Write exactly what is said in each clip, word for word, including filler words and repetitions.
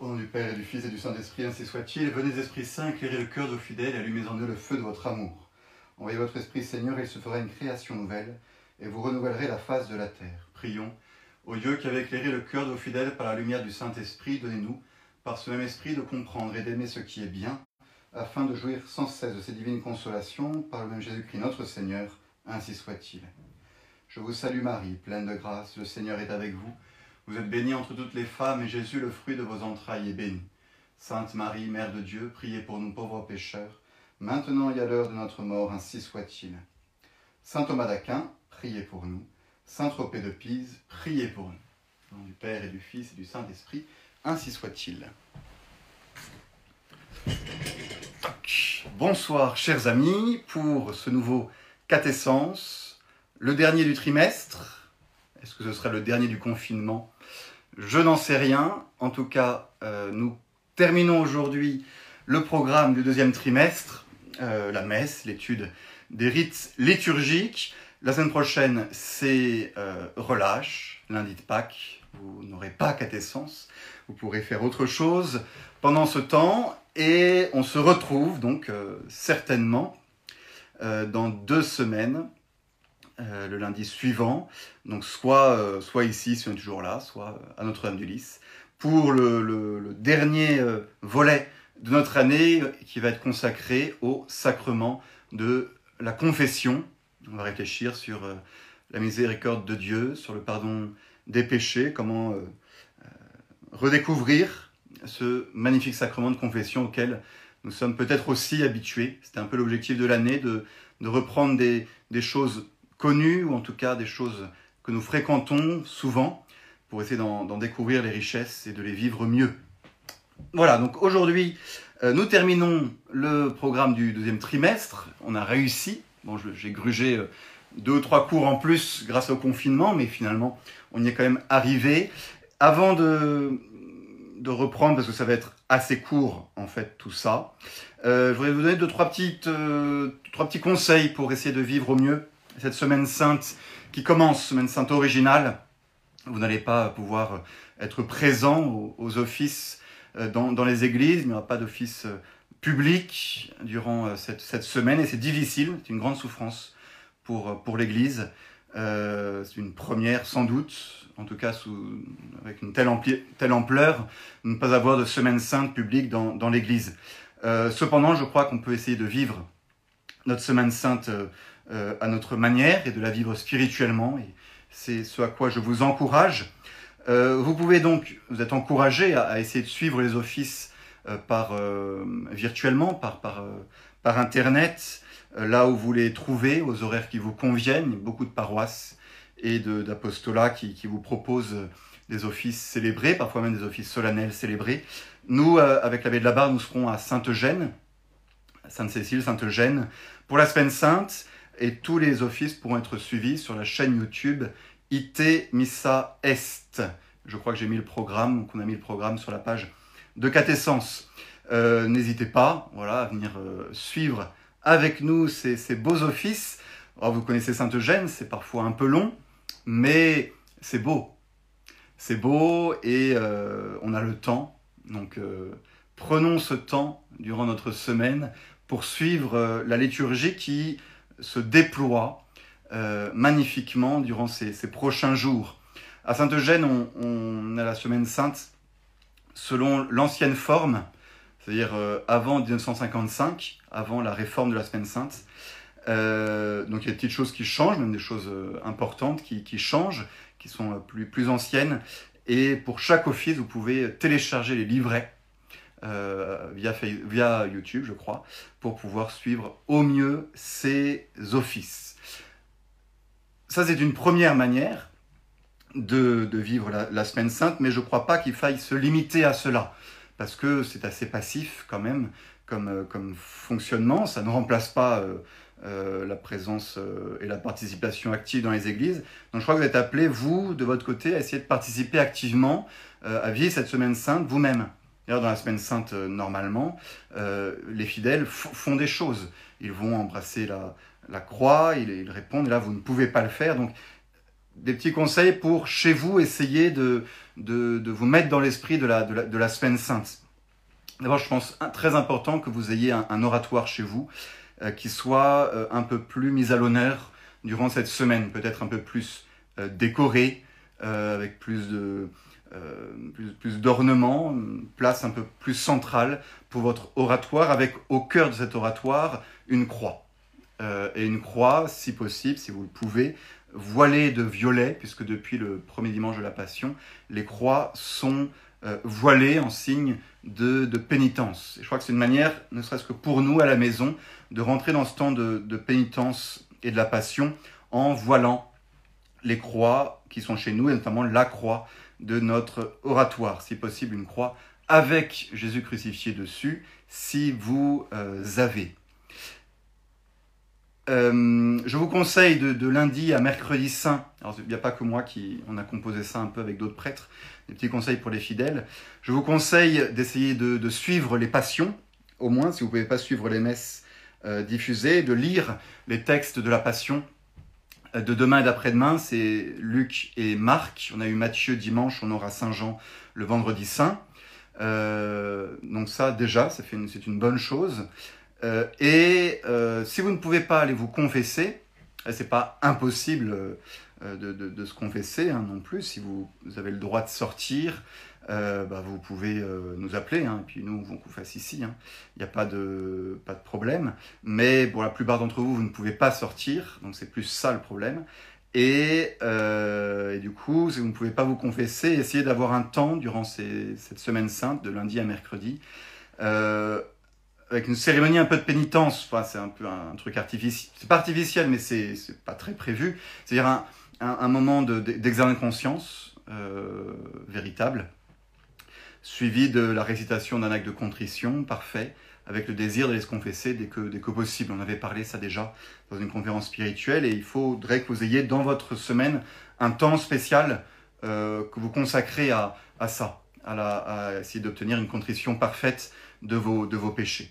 Au nom du Père et du Fils et du Saint-Esprit, ainsi soit-il. Venez, Esprit Saint, éclairer le cœur de vos fidèles et allumez en eux le feu de votre amour. Envoyez votre Esprit, Seigneur, et il se fera une création nouvelle, et vous renouvellerez la face de la terre. Prions. Ô Dieu qui avez éclairé le cœur de vos fidèles par la lumière du Saint-Esprit, donnez-nous, par ce même Esprit, de comprendre et d'aimer ce qui est bien, afin de jouir sans cesse de ces divines consolations, par le même Jésus-Christ notre Seigneur, ainsi soit-il. Je vous salue Marie, pleine de grâce, le Seigneur est avec vous. Vous êtes bénie entre toutes les femmes, et Jésus, le fruit de vos entrailles, est béni. Sainte Marie, Mère de Dieu, priez pour nous pauvres pécheurs, maintenant et à l'heure de notre mort, ainsi soit-il. Saint Thomas d'Aquin, priez pour nous. Saint Tropez de Pise, priez pour nous. Au nom du Père et du Fils et du Saint-Esprit, ainsi soit-il. Bonsoir, chers amis, pour ce nouveau catéchésis, le dernier du trimestre. Est-ce que ce sera le dernier du confinement? Je n'en sais rien. En tout cas, euh, nous terminons aujourd'hui le programme du deuxième trimestre, euh, la messe, l'étude des rites liturgiques. La semaine prochaine, c'est euh, relâche, lundi de Pâques. Vous n'aurez pas catéchésis, vous pourrez faire autre chose pendant ce temps. Et on se retrouve donc euh, certainement euh, dans deux semaines. Euh, le lundi suivant, donc soit, euh, soit ici, si on est toujours là, soit à Notre-Dame-du-Lys, pour le, le, le dernier euh, volet de notre année qui va être consacré au sacrement de la confession. On va réfléchir sur euh, la miséricorde de Dieu, sur le pardon des péchés, comment euh, euh, redécouvrir ce magnifique sacrement de confession auquel nous sommes peut-être aussi habitués. C'était un peu l'objectif de l'année, de, de reprendre des, des choses connues, ou en tout cas des choses que nous fréquentons souvent, pour essayer d'en, d'en découvrir les richesses et de les vivre mieux. Voilà, donc aujourd'hui, euh, nous terminons le programme du deuxième trimestre. On a réussi. Bon, je, j'ai grugé euh, deux ou trois cours en plus grâce au confinement, mais finalement, on y est quand même arrivé. Avant de, de reprendre, parce que ça va être assez court, en fait, tout ça, euh, je voudrais vous donner deux, trois, petites, euh, trois petits conseils pour essayer de vivre au mieux cette semaine sainte qui commence, semaine sainte originale. Vous n'allez pas pouvoir être présent aux, aux offices dans, dans les églises. Il n'y aura pas d'office public durant cette, cette semaine et c'est difficile, c'est une grande souffrance pour, pour l'église. Euh, c'est une première sans doute, en tout cas sous, avec une telle, ampli, telle ampleur, de ne pas avoir de semaine sainte publique dans, dans l'église. Euh, cependant, je crois qu'on peut essayer de vivre notre semaine sainte euh, à notre manière et de la vivre spirituellement. Et c'est ce à quoi je vous encourage. Euh, vous pouvez donc, vous êtes encouragés à, à essayer de suivre les offices euh, par, euh, virtuellement, par, par, euh, par Internet, euh, là où vous les trouvez, aux horaires qui vous conviennent. Il y a beaucoup de paroisses et de, d'apostolats qui, qui vous proposent des offices célébrés, parfois même des offices solennels célébrés. Nous, euh, avec l'abbé de la Barre, nous serons à Sainte-Eugène, Sainte-Cécile, Sainte-Eugène, pour la semaine sainte, et tous les offices pourront être suivis sur la chaîne YouTube Ite Missa Est. Je crois que j'ai mis le programme, qu'on a mis le programme sur la page de catéchésis. Euh, n'hésitez pas, voilà, à venir euh, suivre avec nous ces, ces beaux offices. Alors, vous connaissez Sainte-Eugène, c'est parfois un peu long, mais c'est beau. C'est beau et euh, on a le temps. Donc, euh, prenons ce temps durant notre semaine pour suivre euh, la liturgie qui se déploie euh, magnifiquement durant ces, ces prochains jours. À Sainte-Eugène, on, on a la semaine sainte selon l'ancienne forme, c'est-à-dire euh, avant dix-neuf cent cinquante-cinq, avant la réforme de la semaine sainte. Euh, donc il y a des petites choses qui changent, même des choses euh, importantes qui, qui changent, qui sont euh, plus, plus anciennes. Et pour chaque office, vous pouvez télécharger les livrets Euh, via, via YouTube, je crois, pour pouvoir suivre au mieux ces offices. Ça, c'est une première manière de, de vivre la, la semaine sainte, mais je ne crois pas qu'il faille se limiter à cela, parce que c'est assez passif quand même, comme, comme fonctionnement. Ça ne remplace pas euh, euh, la présence euh, et la participation active dans les églises. Donc je crois que vous êtes appelés, vous, de votre côté, à essayer de participer activement euh, à vivre cette semaine sainte vous-même. D'ailleurs, dans la semaine sainte, euh, normalement, euh, les fidèles f- font des choses. Ils vont embrasser la, la croix, ils, ils répondent, et là, vous ne pouvez pas le faire. Donc, des petits conseils pour, chez vous, essayer de, de, de vous mettre dans l'esprit de la, de, la, de la semaine sainte. D'abord, je pense très important que vous ayez un, un oratoire chez vous euh, qui soit euh, un peu plus mis à l'honneur durant cette semaine, peut-être un peu plus euh, décoré, euh, avec plus de euh, plus, plus d'ornements, une place un peu plus centrale pour votre oratoire, avec au cœur de cet oratoire une croix. Euh, et une croix, si possible, si vous le pouvez, voilée de violet, puisque depuis le premier dimanche de la Passion, les croix sont euh, voilées en signe de, de pénitence. Et je crois que c'est une manière, ne serait-ce que pour nous à la maison, de rentrer dans ce temps de, de pénitence et de la Passion en voilant les croix qui sont chez nous, et notamment la croix de notre oratoire, si possible une croix avec Jésus crucifié dessus, si vous euh, avez. Euh, je vous conseille de, de lundi à mercredi saint, alors il n'y a pas que moi qui, on a composé ça un peu avec d'autres prêtres, des petits conseils pour les fidèles. Je vous conseille d'essayer de, de suivre les passions, au moins si vous ne pouvez pas suivre les messes euh, diffusées, de lire les textes de la passion de demain et d'après-demain, c'est Luc et Marc. On a eu Matthieu dimanche, on aura Saint Jean le vendredi saint. Euh, donc ça, déjà, ça fait une, c'est une bonne chose. Euh, et euh, si vous ne pouvez pas aller vous confesser, c'est pas impossible euh, de, de, de se confesser hein, non plus. Si vous, vous avez le droit de sortir, euh, bah, vous pouvez euh, nous appeler, hein, et puis nous, on vous fasse ici. Il hein. n'y a pas de, pas de problème. Mais pour la plupart d'entre vous, vous ne pouvez pas sortir, donc c'est plus ça le problème. Et, euh, et du coup, si vous ne pouvez pas vous confesser, essayez d'avoir un temps durant ces, cette semaine sainte, de lundi à mercredi, euh, avec une cérémonie un peu de pénitence. Enfin, c'est un peu un, un truc artificiel. C'est pas artificiel, mais c'est, c'est pas très prévu. C'est-à-dire un, un, un moment de, d'examen de conscience euh, véritable, suivi de la récitation d'un acte de contrition parfait, avec le désir d'aller se confesser dès que, dès que possible. On avait parlé ça déjà dans une conférence spirituelle, et il faudrait que vous ayez dans votre semaine un temps spécial euh, que vous consacrez à, à ça, à, la, à essayer d'obtenir une contrition parfaite de vos, de vos péchés.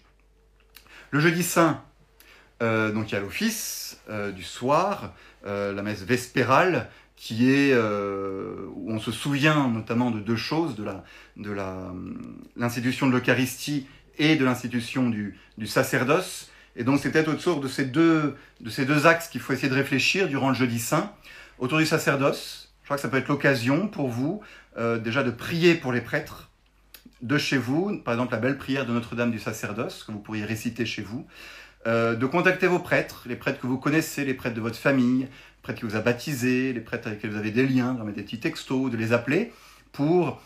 Le jeudi saint, euh, donc il y a l'office euh, du soir, euh, la messe vespérale, qui est euh, où on se souvient notamment de deux choses, de la, de la, l'institution de l'Eucharistie et de l'institution du, du sacerdoce. Et donc c'est peut-être autour de ces deux, de ces deux axes qu'il faut essayer de réfléchir durant le jeudi saint. Autour du sacerdoce, je crois que ça peut être l'occasion pour vous euh, déjà de prier pour les prêtres de chez vous, par exemple la belle prière de Notre-Dame du sacerdoce, que vous pourriez réciter chez vous, euh, de contacter vos prêtres, les prêtres que vous connaissez, les prêtres de votre famille, les prêtres qui vous a baptisés, les prêtres avec lesquels vous avez des liens, de leur mettre des petits textos, de les appeler pour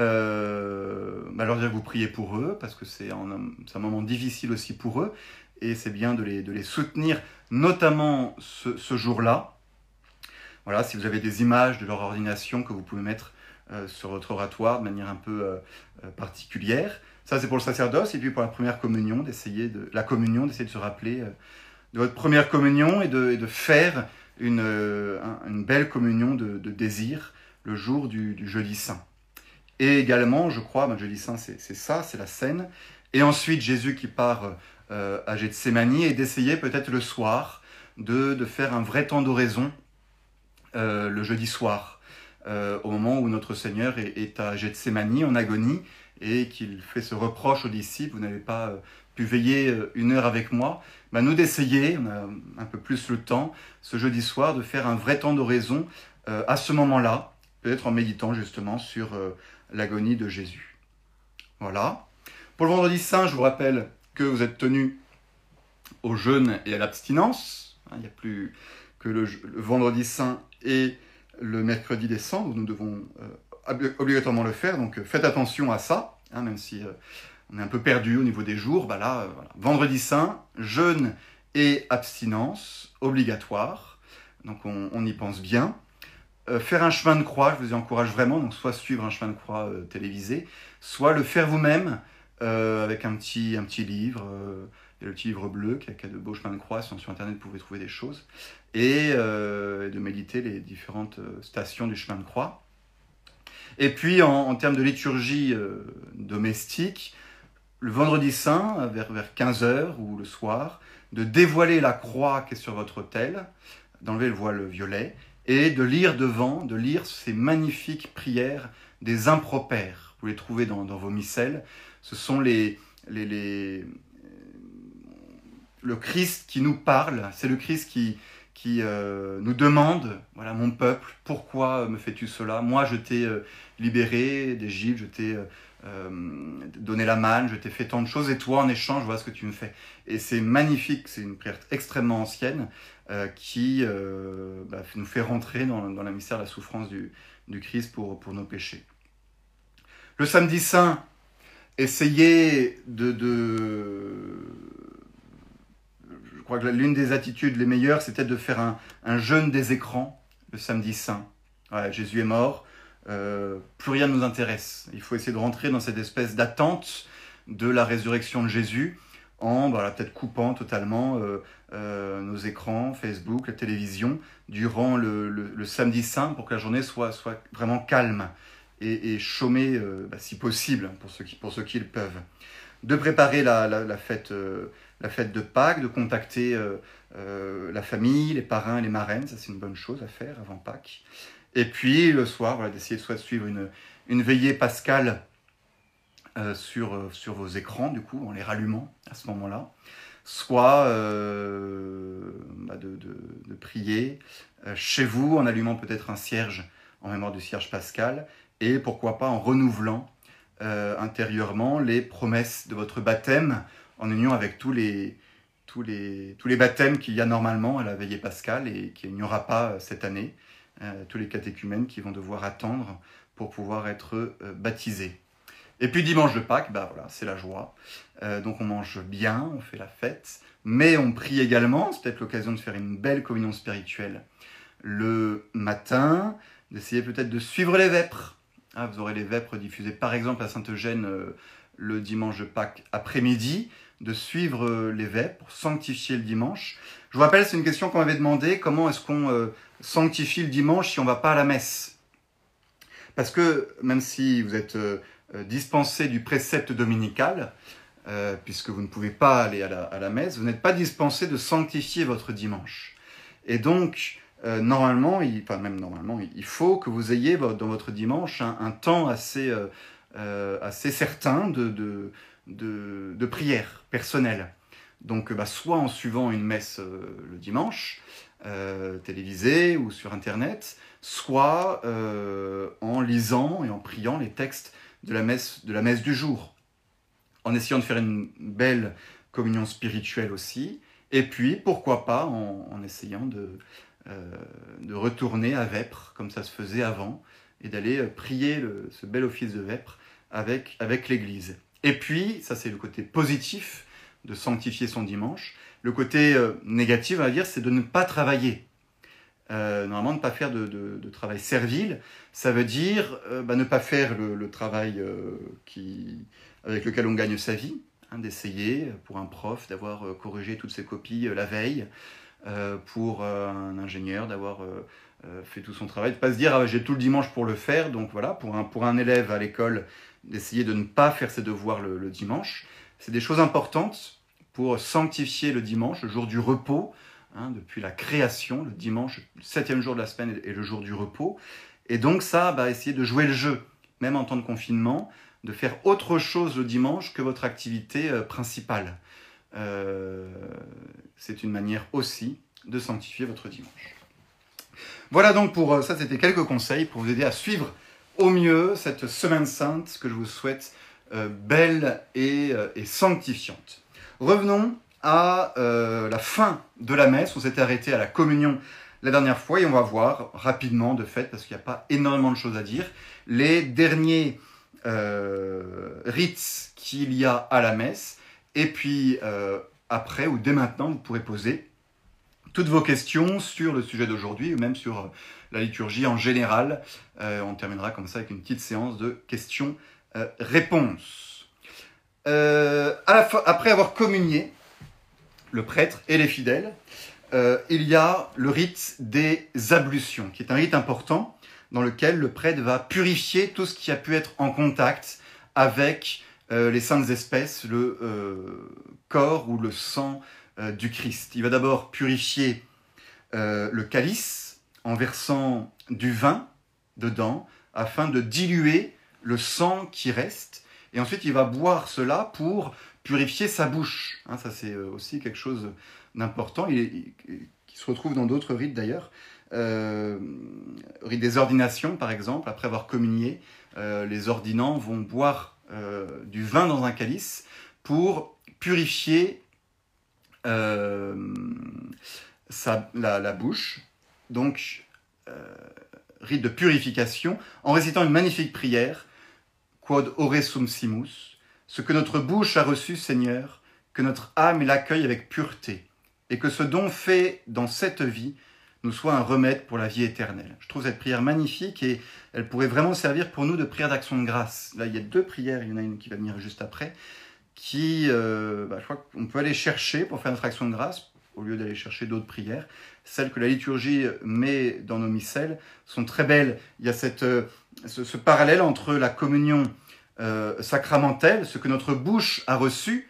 euh, bah leur dire que vous priez pour eux, parce que c'est un, c'est un moment difficile aussi pour eux, et c'est bien de les, de les soutenir, notamment ce, ce jour-là. Voilà, si vous avez des images de leur ordination que vous pouvez mettre euh, sur votre oratoire de manière un peu euh, particulière. Ça, c'est pour le sacerdoce. Et puis pour la première communion, d'essayer de, la communion, d'essayer de se rappeler euh, de votre première communion et de, et de faire une, euh, une belle communion de, de désir le jour du, du jeudi saint. Et également, je crois, ben, le jeudi saint, c'est, c'est ça, c'est la scène. Et ensuite, Jésus qui part euh, à Gethsémani, et d'essayer peut-être le soir de, de faire un vrai temps d'oraison euh, le jeudi soir, euh, au moment où notre Seigneur est, est à Gethsémani en agonie, et qu'il fait ce reproche aux disciples, vous n'avez pas euh, pu veiller euh, une heure avec moi. Ben, nous d'essayer, on a un peu plus le temps, ce jeudi soir, de faire un vrai temps d'oraison euh, à ce moment-là, peut-être en méditant justement sur euh, l'agonie de Jésus. Voilà. Pour le vendredi saint, je vous rappelle que vous êtes tenus au jeûne et à l'abstinence. Il n'y a plus que le, le vendredi saint et le mercredi des cendres, où nous devons euh, obligatoirement le faire. Donc faites attention à ça, hein, même si euh, on est un peu perdu au niveau des jours. Bah là, euh, voilà. Vendredi saint, jeûne et abstinence obligatoire. Donc on, on y pense bien. Euh, faire un chemin de croix, je vous y encourage vraiment, donc soit suivre un chemin de croix euh, télévisé, soit le faire vous-même euh, avec un petit, un petit livre, euh, il y a le petit livre bleu qui a, qui a de beaux chemins de croix, sur internet vous pouvez trouver des choses, et euh, de méditer les différentes stations du chemin de croix. Et puis en, en termes de liturgie euh, domestique, le vendredi saint, vers, vers quinze heures ou le soir, de dévoiler la croix qui est sur votre autel, d'enlever le voile violet, et de lire devant, de lire ces magnifiques prières des impropères. Vous les trouvez dans, dans vos missels. Ce sont les, les, les, le Christ qui nous parle, c'est le Christ qui, qui euh, nous demande, voilà, mon peuple, pourquoi me fais-tu cela? Moi, je t'ai euh, libéré d'Égypte, je t'ai euh, euh, donné la manne, je t'ai fait tant de choses, et toi, en échange, voilà ce que tu me fais. Et c'est magnifique, c'est une prière extrêmement ancienne euh, qui euh, bah, nous fait rentrer dans, dans la mystère de la souffrance du, du Christ pour, pour nos péchés. Le samedi saint, essayez de... de Je crois que l'une des attitudes les meilleures, c'était de faire un, un jeûne des écrans le samedi saint. Ouais, Jésus est mort, euh, plus rien ne nous intéresse. Il faut essayer de rentrer dans cette espèce d'attente de la résurrection de Jésus en voilà, peut-être coupant totalement euh, euh, nos écrans, Facebook, la télévision, durant le, le, le samedi saint pour que la journée soit, soit vraiment calme et, et chômée euh, bah, si possible pour ceux qui, pour ceux qui le peuvent. De préparer la, la, la, fête, euh, la fête de Pâques, de contacter euh, euh, la famille, les parrains et les marraines, ça c'est une bonne chose à faire avant Pâques. Et puis le soir, voilà, d'essayer soit de suivre une, une veillée pascale euh, sur, euh, sur vos écrans, du coup, en les rallumant à ce moment-là, soit euh, bah de, de, de prier euh, chez vous en allumant peut-être un cierge en mémoire du cierge pascal, et pourquoi pas en renouvelant Euh, intérieurement les promesses de votre baptême en union avec tous les, tous les, tous les baptêmes qu'il y a normalement à la veillée pascale et qu'il n'y aura pas cette année, euh, tous les catéchumènes qui vont devoir attendre pour pouvoir être euh, baptisés. Et puis dimanche de Pâques, bah voilà, c'est la joie. Euh, donc on mange bien, on fait la fête, mais on prie également. C'est peut-être l'occasion de faire une belle communion spirituelle le matin, d'essayer peut-être de suivre les vêpres. Ah, vous aurez les vêpres diffusées par exemple à Saint-Eugène euh, le dimanche de Pâques après-midi, de suivre euh, les vêpres pour sanctifier le dimanche. Je vous rappelle, c'est une question qu'on m'avait demandé, comment est-ce qu'on euh, sanctifie le dimanche si on ne va pas à la messe? Parce que même si vous êtes euh, dispensé du précepte dominical, euh, puisque vous ne pouvez pas aller à la, à la messe, vous n'êtes pas dispensé de sanctifier votre dimanche. Et donc, Euh, normalement, il, enfin même normalement, il faut que vous ayez dans votre dimanche un, un temps assez, euh, euh, assez certain de, de, de, de prière personnelle. Donc, bah, soit en suivant une messe euh, le dimanche, euh, télévisée ou sur Internet, soit euh, en lisant et en priant les textes de la messe, de la messe du jour, en essayant de faire une belle communion spirituelle aussi, et puis, pourquoi pas, en, en essayant de... Euh, de retourner à vêpres, comme ça se faisait avant, et d'aller prier le, ce bel office de vêpres avec, avec l'Église. Et puis, ça c'est le côté positif de sanctifier son dimanche. Le côté euh, négatif, on va dire, c'est de ne pas travailler. Euh, normalement, ne pas faire de, de, de travail servile, ça veut dire euh, bah, ne pas faire le, le travail euh, qui, avec lequel on gagne sa vie, hein, d'essayer pour un prof d'avoir euh, corrigé toutes ses copies euh, la veille, Euh, pour euh, un ingénieur d'avoir euh, euh, fait tout son travail, de ne pas se dire ah, j'ai tout le dimanche pour le faire, donc voilà, pour un, pour un élève à l'école, d'essayer de ne pas faire ses devoirs le, le dimanche. C'est des choses importantes pour sanctifier le dimanche, le jour du repos, hein, depuis la création, le dimanche, le septième jour de la semaine est le jour du repos, et donc ça, bah, essayer de jouer le jeu, même en temps de confinement, de faire autre chose le dimanche que votre activité euh, principale. Euh, c'est une manière aussi de sanctifier votre dimanche. Voilà donc pour ça, c'était quelques conseils pour vous aider à suivre au mieux cette semaine sainte que je vous souhaite euh, belle et, euh, et sanctifiante. Revenons à euh, la fin de la messe. On s'était arrêté à la communion la dernière fois et on va voir rapidement, de fait, parce qu'il n'y a pas énormément de choses à dire, les derniers euh, rites qu'il y a à la messe. Et puis, euh, après ou dès maintenant, vous pourrez poser toutes vos questions sur le sujet d'aujourd'hui ou même sur euh, la liturgie en général. Euh, on terminera comme ça avec une petite séance de questions-réponses. Euh, euh, après avoir communié, le prêtre et les fidèles, euh, il y a le rite des ablutions, qui est un rite important dans lequel le prêtre va purifier tout ce qui a pu être en contact avec Euh, les saintes espèces, le euh, corps ou le sang euh, du Christ. Il va d'abord purifier euh, le calice en versant du vin dedans, afin de diluer le sang qui reste. Et ensuite, il va boire cela pour purifier sa bouche. Hein, ça, c'est aussi quelque chose d'important, il, il, qui se retrouve dans d'autres rites d'ailleurs. Euh, rite des ordinations, par exemple, après avoir communié, euh, les ordinants vont boire euh, du vin dans un calice pour purifier euh, sa, la, la bouche. Donc, euh, rite de purification, en récitant une magnifique prière, Quod ore sum simus, ce que notre bouche a reçu, Seigneur, que notre âme l'accueille avec pureté, et que ce don fait dans cette vie nous soit un remède pour la vie éternelle. Je trouve cette prière magnifique et elle pourrait vraiment servir pour nous de prière d'action de grâce. Là, il y a deux prières, il y en a une qui va venir juste après, qui, euh, bah, je crois qu'on peut aller chercher pour faire notre action de grâce, au lieu d'aller chercher d'autres prières. Celles que la liturgie met dans nos missels sont très belles. Il y a cette, euh, ce, ce parallèle entre la communion euh, sacramentelle, ce que notre bouche a reçu,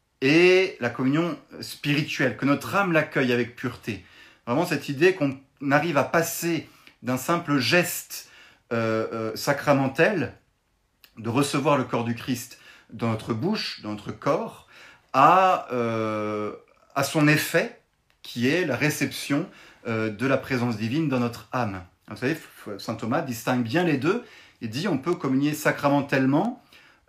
et la communion spirituelle, que notre âme l'accueille avec pureté. Vraiment cette idée qu'on arrive à passer d'un simple geste euh, euh, sacramentel, de recevoir le corps du Christ dans notre bouche, dans notre corps, à, euh, à son effet, qui est la réception euh, de la présence divine dans notre âme. Vous savez, saint Thomas distingue bien les deux, il dit on peut communier sacramentellement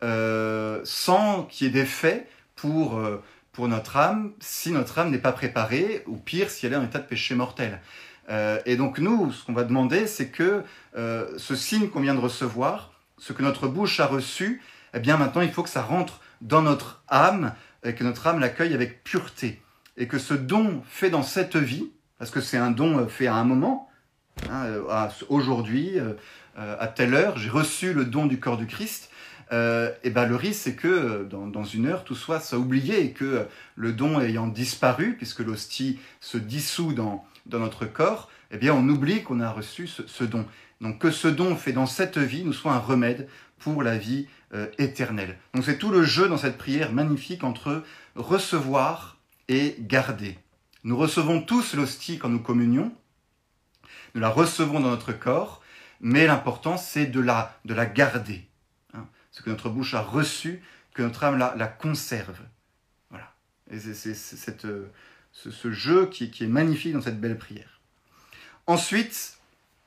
euh, sans qu'il y ait d'effet pour, euh, pour notre âme, si notre âme n'est pas préparée, ou pire, si elle est en état de péché mortel. Euh, et donc nous, ce qu'on va demander, c'est que euh, ce signe qu'on vient de recevoir, ce que notre bouche a reçu, eh bien maintenant il faut que ça rentre dans notre âme, et que notre âme l'accueille avec pureté. Et que ce don fait dans cette vie, parce que c'est un don fait à un moment, hein, aujourd'hui, euh, à telle heure, j'ai reçu le don du corps du Christ, euh, et ben le risque c'est que dans, dans une heure tout soit, soit oublié et que le don ayant disparu, puisque l'hostie se dissout dans, dans notre corps, eh bien on oublie qu'on a reçu ce, ce don. Donc que ce don fait dans cette vie nous soit un remède pour la vie euh, éternelle. Donc c'est tout le jeu dans cette prière magnifique entre recevoir et garder. Nous recevons tous l'hostie quand nous communions, nous la recevons dans notre corps, mais l'important c'est de la, de la garder. Hein. Ce que notre bouche a reçu, que notre âme la, la conserve. Voilà. Et c'est, c'est, c'est cette, ce, ce jeu qui, qui est magnifique dans cette belle prière. Ensuite,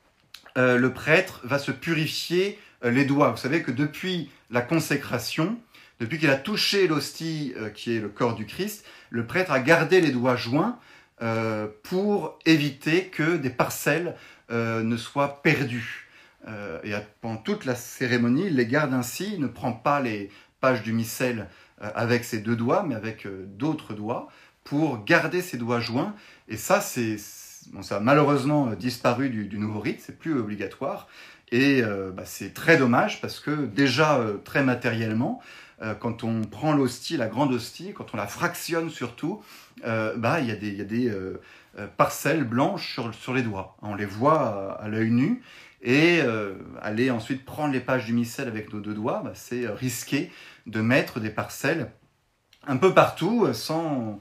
euh, le prêtre va se purifier euh, les doigts. Vous savez que depuis la consécration, depuis qu'il a touché l'hostie euh, qui est le corps du Christ, le prêtre a gardé les doigts joints euh, pour éviter que des parcelles euh, ne soient perdues. Euh, et pendant toute la cérémonie, il les garde ainsi, il ne prend pas les pages du missel euh, avec ses deux doigts, mais avec euh, d'autres doigts, pour garder ses doigts joints. Et ça, c'est, bon, ça a malheureusement disparu du, du nouveau rite, c'est plus obligatoire. Et euh, bah, c'est très dommage parce que déjà, euh, très matériellement, euh, quand on prend l'hostie, la grande hostie, quand on la fractionne surtout, euh, bah, y a des, y a des euh, parcelles blanches sur, sur les doigts. On les voit à, à l'œil nu. Et euh, aller ensuite prendre les pages du missel avec nos deux doigts, bah, c'est risquer de mettre des parcelles un peu partout sans,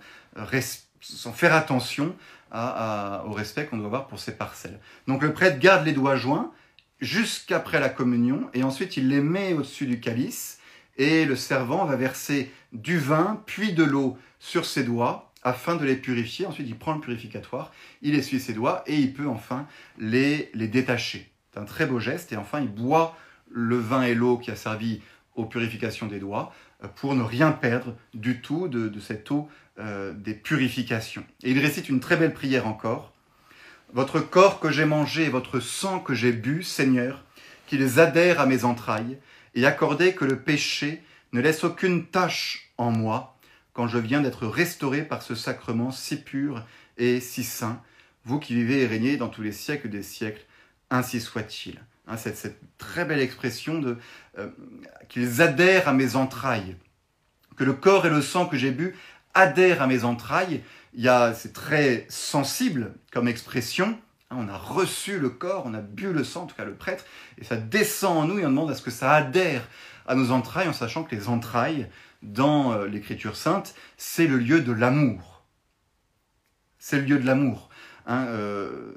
sans faire attention à, à, au respect qu'on doit avoir pour ces parcelles. Donc le prêtre garde les doigts joints jusqu'après la communion et ensuite il les met au-dessus du calice et le servant va verser du vin puis de l'eau sur ses doigts afin de les purifier. Ensuite il prend le purificatoire, il essuie ses doigts et il peut enfin les, les détacher. C'est un très beau geste et enfin il boit le vin et l'eau qui a servi aux purifications des doigts pour ne rien perdre du tout de, de cette eau euh, des purifications. Et il récite une très belle prière encore. Votre corps que j'ai mangé et votre sang que j'ai bu, Seigneur, qu'ils adhèrent à mes entrailles et accordez que le péché ne laisse aucune tache en moi quand je viens d'être restauré par ce sacrement si pur et si saint, vous qui vivez et régnez dans tous les siècles des siècles. Ainsi soit-il. Hein, cette, cette très belle expression de euh, qu'ils adhèrent à mes entrailles, que le corps et le sang que j'ai bu adhèrent à mes entrailles. Il y a, c'est très sensible comme expression. Hein, on a reçu le corps, on a bu le sang, en tout cas le prêtre, et ça descend en nous et on demande à ce que ça adhère à nos entrailles, en sachant que les entrailles, dans euh, l'Écriture sainte, c'est le lieu de l'amour. C'est le lieu de l'amour. Hein, euh,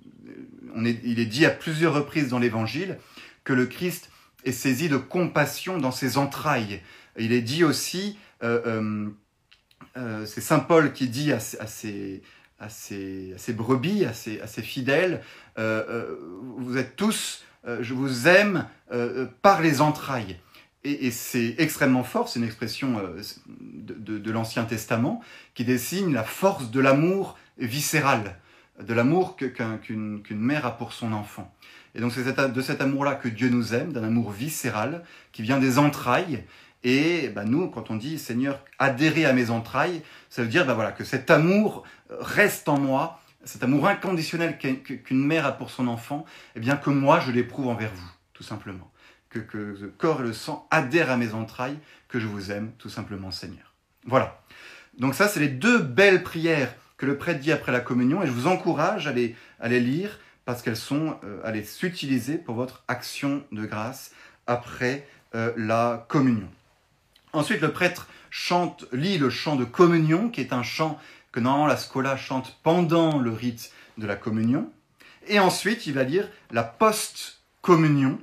on est, il est dit à plusieurs reprises dans l'Évangile que le Christ est saisi de compassion dans ses entrailles. Il est dit aussi, euh, euh, euh, c'est saint Paul qui dit à, à, ses, à, ses, à ses brebis, à ses, à ses fidèles, euh, euh, vous êtes tous, euh, je vous aime euh, par les entrailles. Et, et c'est extrêmement fort, c'est une expression euh, de, de, de l'Ancien Testament qui dessine la force de l'amour viscéral, de l'amour que, qu'un, qu'une, qu'une mère a pour son enfant. Et donc c'est de cet amour-là que Dieu nous aime, d'un amour viscéral qui vient des entrailles. Et ben nous, quand on dit « Seigneur, adhérez à mes entrailles », ça veut dire ben voilà, que cet amour reste en moi, cet amour inconditionnel qu'une mère a pour son enfant, eh bien que moi je l'éprouve envers vous, tout simplement. Que, que le corps et le sang adhèrent à mes entrailles, que je vous aime, tout simplement, Seigneur. Voilà. Donc ça, c'est les deux belles prières que le prêtre dit après la communion, et je vous encourage à les, à les lire, parce qu'elles sont euh, à les s'utiliser pour votre action de grâce après euh, la communion. Ensuite, le prêtre chante, lit le chant de communion, qui est un chant que normalement la scola chante pendant le rite de la communion. Et ensuite, il va lire la post-communion,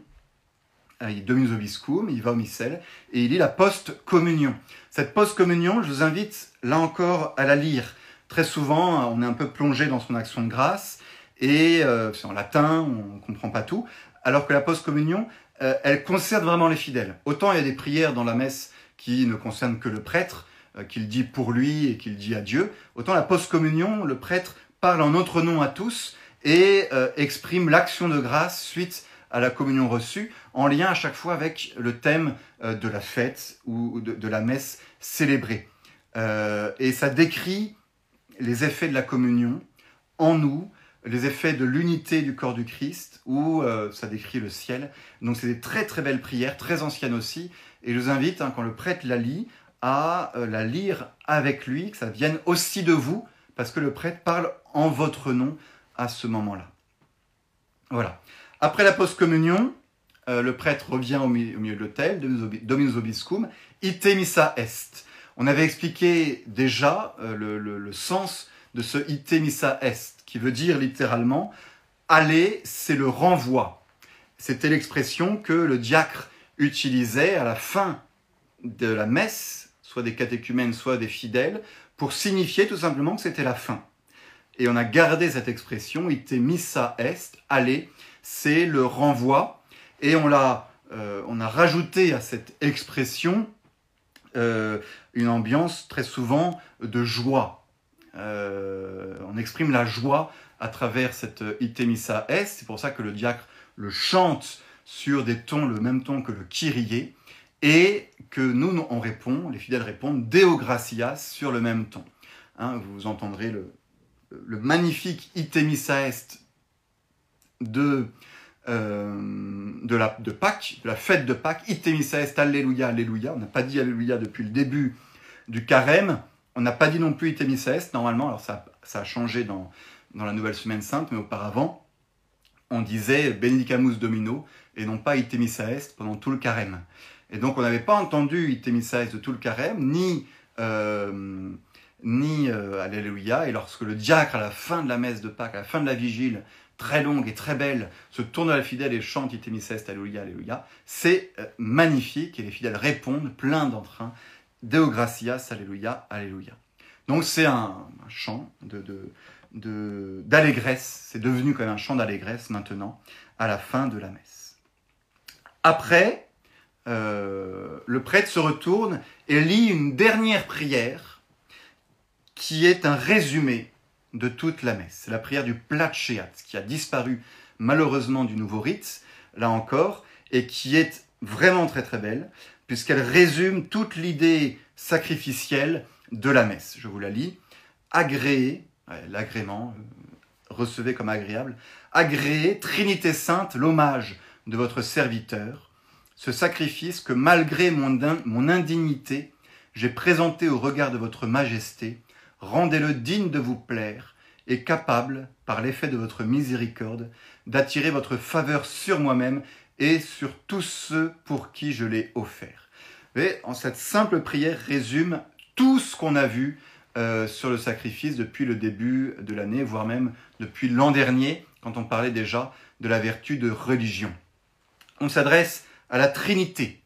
il Dominus Vobiscum, il va au missel, et il lit la post-communion. Cette post-communion, je vous invite là encore à la lire. Très souvent, on est un peu plongé dans son action de grâce, et euh, c'est en latin, on ne comprend pas tout, alors que la post-communion, euh, elle concerne vraiment les fidèles. Autant il y a des prières dans la messe qui ne concernent que le prêtre, euh, qu'il dit pour lui et qu'il dit à Dieu, autant la post-communion, le prêtre parle en notre nom à tous et euh, exprime l'action de grâce suite à la communion reçue, en lien à chaque fois avec le thème euh, de la fête ou de, de la messe célébrée. Euh, et ça décrit les effets de la communion en nous, les effets de l'unité du corps du Christ, où euh, ça décrit le ciel. Donc c'est des très très belles prières, très anciennes aussi, et je vous invite, hein, quand le prêtre la lit, à euh, la lire avec lui, que ça vienne aussi de vous, parce que le prêtre parle en votre nom à ce moment-là. Voilà. Après la post-communion, euh, le prêtre revient au, mi- au milieu de l'autel, Dominus Vobiscum, ite missa est. On avait expliqué déjà euh, le, le, le sens de ce ite missa est, qui veut dire littéralement « aller, c'est le renvoi ». C'était l'expression que le diacre utilisait à la fin de la messe, soit des catéchumènes, soit des fidèles, pour signifier tout simplement que c'était la fin. Et on a gardé cette expression « ite missa est », « aller », c'est le renvoi. Et on, l'a, euh, on a rajouté à cette expression euh, une ambiance très souvent de joie. Euh, on exprime la joie à travers cette ite missa est. C'est pour ça que le diacre le chante sur des tons, le même ton que le Kyrie, et que nous, on répond, les fidèles répondent Deo gratias sur le même ton. Hein, vous entendrez le, le magnifique ite missa est de, euh, de, la, de Pâques, de la fête de Pâques, ite missa est, alléluia, alléluia. On n'a pas dit alléluia depuis le début du carême. On n'a pas dit non plus ite missa est, normalement. Alors ça, ça a changé dans, dans la Nouvelle Semaine Sainte, mais auparavant, on disait Benedicamus Domino et non pas ite missa est pendant tout le carême. Et donc on n'avait pas entendu ite missa est de tout le carême, ni, euh, ni euh, alléluia. Et lorsque le diacre, à la fin de la messe de Pâques, à la fin de la vigile, très longue et très belle, se tourne à la fidèle et chante ite missa est, alléluia, alléluia, c'est euh, magnifique et les fidèles répondent plein d'entrain Deo gratias, alléluia, alléluia. Donc c'est un, un chant de, de, de, d'allégresse, c'est devenu quand même un chant d'allégresse maintenant, à la fin de la messe. Après, euh, le prêtre se retourne et lit une dernière prière qui est un résumé de toute la messe. C'est la prière du Placeat, qui a disparu malheureusement du nouveau rite, là encore, et qui est vraiment très très belle, puisqu'elle résume toute l'idée sacrificielle de la messe. Je vous la lis. Agréez, ouais, l'agrément, euh, recevez comme agréable, agréez, Trinité Sainte, l'hommage de votre serviteur, ce sacrifice que malgré mon, mon indignité, j'ai présenté au regard de votre majesté, rendez-le digne de vous plaire et capable, par l'effet de votre miséricorde, d'attirer votre faveur sur moi-même et sur tous ceux pour qui je l'ai offert. Vous voyez, en cette simple prière résume tout ce qu'on a vu euh, sur le sacrifice depuis le début de l'année, voire même depuis l'an dernier, quand on parlait déjà de la vertu de religion. On s'adresse à la Trinité,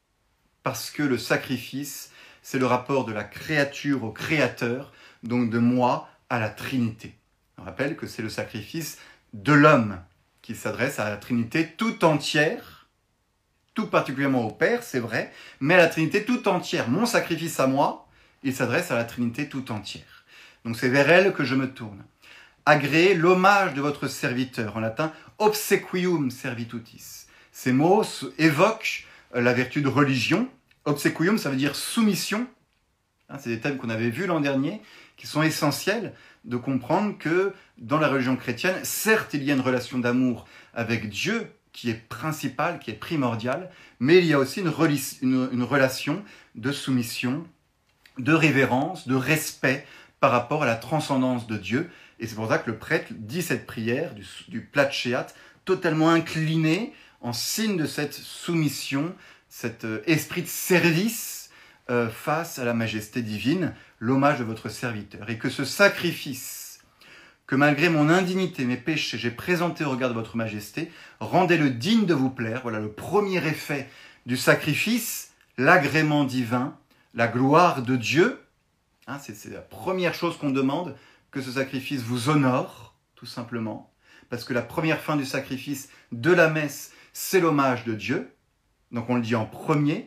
parce que le sacrifice, c'est le rapport de la créature au Créateur, donc de moi à la Trinité. On rappelle que c'est le sacrifice de l'homme qui s'adresse à la Trinité tout entière, tout particulièrement au Père, c'est vrai, mais à la Trinité tout entière. Mon sacrifice à moi, il s'adresse à la Trinité tout entière. Donc c'est vers elle que je me tourne. Agréez l'hommage de votre serviteur, en latin obsequium servitutis. Ces mots évoquent la vertu de religion. Obsequium, ça veut dire soumission. C'est des thèmes qu'on avait vus l'an dernier, qui sont essentiels de comprendre que dans la religion chrétienne, certes, il y a une relation d'amour avec Dieu qui est principale, qui est primordiale, mais il y a aussi une, une, une relation de soumission, de révérence, de respect par rapport à la transcendance de Dieu. Et c'est pour ça que le prêtre dit cette prière du, du placeat, totalement incliné, en signe de cette soumission, cet euh, esprit de service euh, face à la majesté divine, l'hommage de votre serviteur. Et que ce sacrifice, que malgré mon indignité, mes péchés, j'ai présenté au regard de votre majesté, rendez-le digne de vous plaire. Voilà le premier effet du sacrifice, l'agrément divin, la gloire de Dieu. Hein, c'est, c'est la première chose qu'on demande, que ce sacrifice vous honore, tout simplement. Parce que la première fin du sacrifice de la messe, c'est l'hommage de Dieu. Donc on le dit en premier.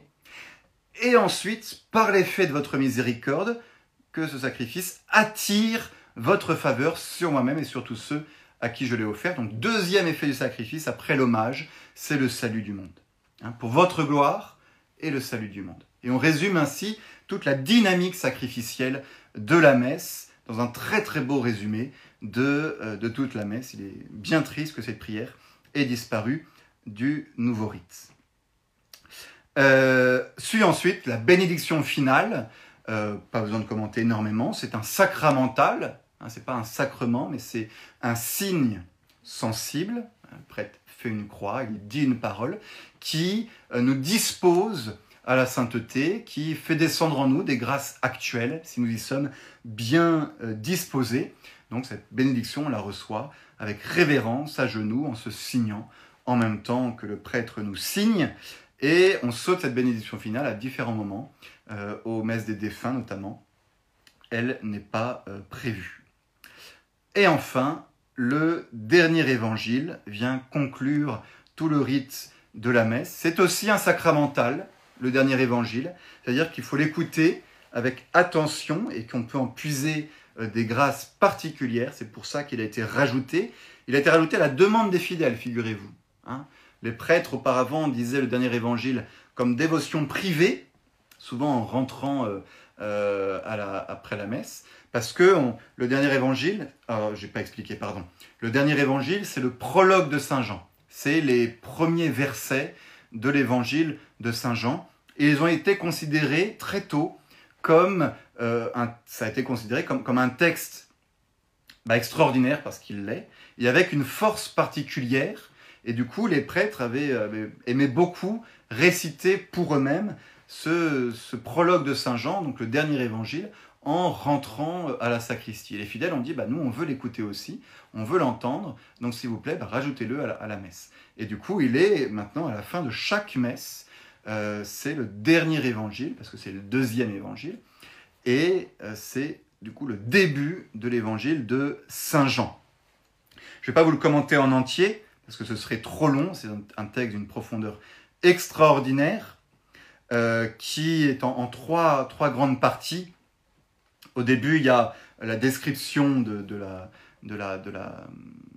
Et ensuite, par l'effet de votre miséricorde, que ce sacrifice attire votre faveur sur moi-même et sur tous ceux à qui je l'ai offert. Donc deuxième effet du sacrifice, après l'hommage, c'est le salut du monde. Hein, pour votre gloire et le salut du monde. Et on résume ainsi toute la dynamique sacrificielle de la messe dans un très très beau résumé de, euh, de toute la messe. Il est bien triste que cette prière ait disparu du nouveau rite. Euh, suit ensuite la bénédiction finale, euh, pas besoin de commenter énormément, c'est un sacramental, hein, c'est pas un sacrement, mais c'est un signe sensible, le prêtre fait une croix, il dit une parole, qui euh, nous dispose à la sainteté, qui fait descendre en nous des grâces actuelles, si nous y sommes bien euh, disposés. Donc cette bénédiction, on la reçoit avec révérence, à genoux, en se signant, en même temps que le prêtre nous signe, et on saute cette bénédiction finale à différents moments, euh, aux messes des défunts notamment. Elle n'est pas euh, prévue. Et enfin, le dernier évangile vient conclure tout le rite de la messe. C'est aussi un sacramental, le dernier évangile, c'est-à-dire qu'il faut l'écouter avec attention et qu'on peut en puiser euh, des grâces particulières. C'est pour ça qu'il a été rajouté. Il a été rajouté à la demande des fidèles, figurez-vous. Hein. Les prêtres, auparavant, disaient le dernier évangile comme dévotion privée, souvent en rentrant euh, euh, à la, après la messe, parce que on, le dernier évangile, alors je n'ai pas expliqué, pardon, le dernier évangile, c'est le prologue de Saint Jean. C'est les premiers versets de l'évangile de Saint Jean, et ils ont été considérés très tôt comme, euh, un, ça a été considéré comme, comme un texte bah, extraordinaire, parce qu'il l'est, et avec une force particulière. Et du coup, les prêtres avaient, avaient aimé beaucoup réciter pour eux-mêmes ce, ce prologue de Saint Jean, donc le dernier évangile, en rentrant à la sacristie. Et les fidèles ont dit, bah, nous, on veut l'écouter aussi, on veut l'entendre, donc s'il vous plaît, bah, rajoutez-le à la, à la messe. Et du coup, il est maintenant à la fin de chaque messe, euh, c'est le dernier évangile, parce que c'est le deuxième évangile, et euh, c'est du coup le début de l'évangile de Saint Jean. Je ne vais pas vous le commenter en entier, parce que ce serait trop long, c'est un texte d'une profondeur extraordinaire, euh, qui est en, en trois, trois grandes parties. Au début, il y a la description de, de, la, de, la, de, la,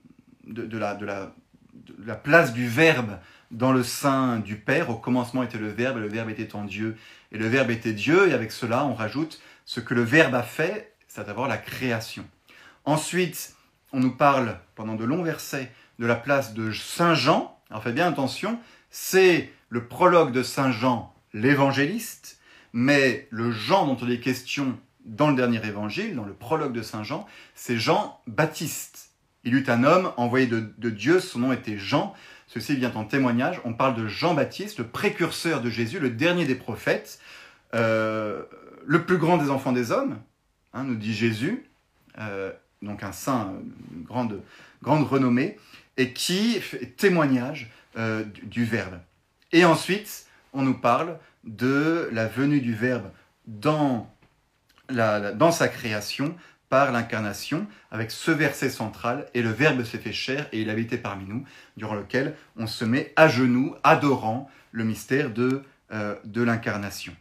de, de, la, de, la, de la place du Verbe dans le sein du Père. Au commencement était le Verbe, et le Verbe était en Dieu, et le Verbe était Dieu, et avec cela, on rajoute ce que le Verbe a fait, c'est d'abord la création. Ensuite, on nous parle, pendant de longs versets, de la place de Saint Jean. Alors faites bien attention, c'est le prologue de Saint Jean, l'évangéliste, mais le Jean dont il est question dans le dernier évangile, dans le prologue de Saint Jean, c'est Jean-Baptiste. Il eut un homme envoyé de, de Dieu, son nom était Jean, ceci vient en témoignage, on parle de Jean-Baptiste, le précurseur de Jésus, le dernier des prophètes, euh, le plus grand des enfants des hommes, hein, nous dit Jésus, euh, donc un saint de grande, grande renommée, et qui fait témoignage euh, du, du Verbe. Et ensuite, on nous parle de la venue du Verbe dans, la, la, dans sa création, par l'incarnation, avec ce verset central, et le Verbe s'est fait chair, et il habitait parmi nous, durant lequel on se met à genoux, adorant le mystère de, euh, de l'incarnation.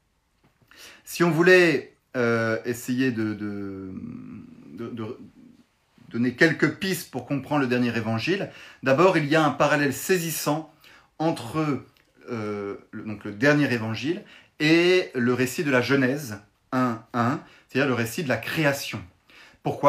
Si on voulait euh, essayer de, de, de, de donner quelques pistes pour comprendre le dernier évangile, d'abord il y a un parallèle saisissant entre euh, le, donc le dernier évangile et le récit de la Genèse un un, c'est-à-dire le récit de la création. Pourquoi ?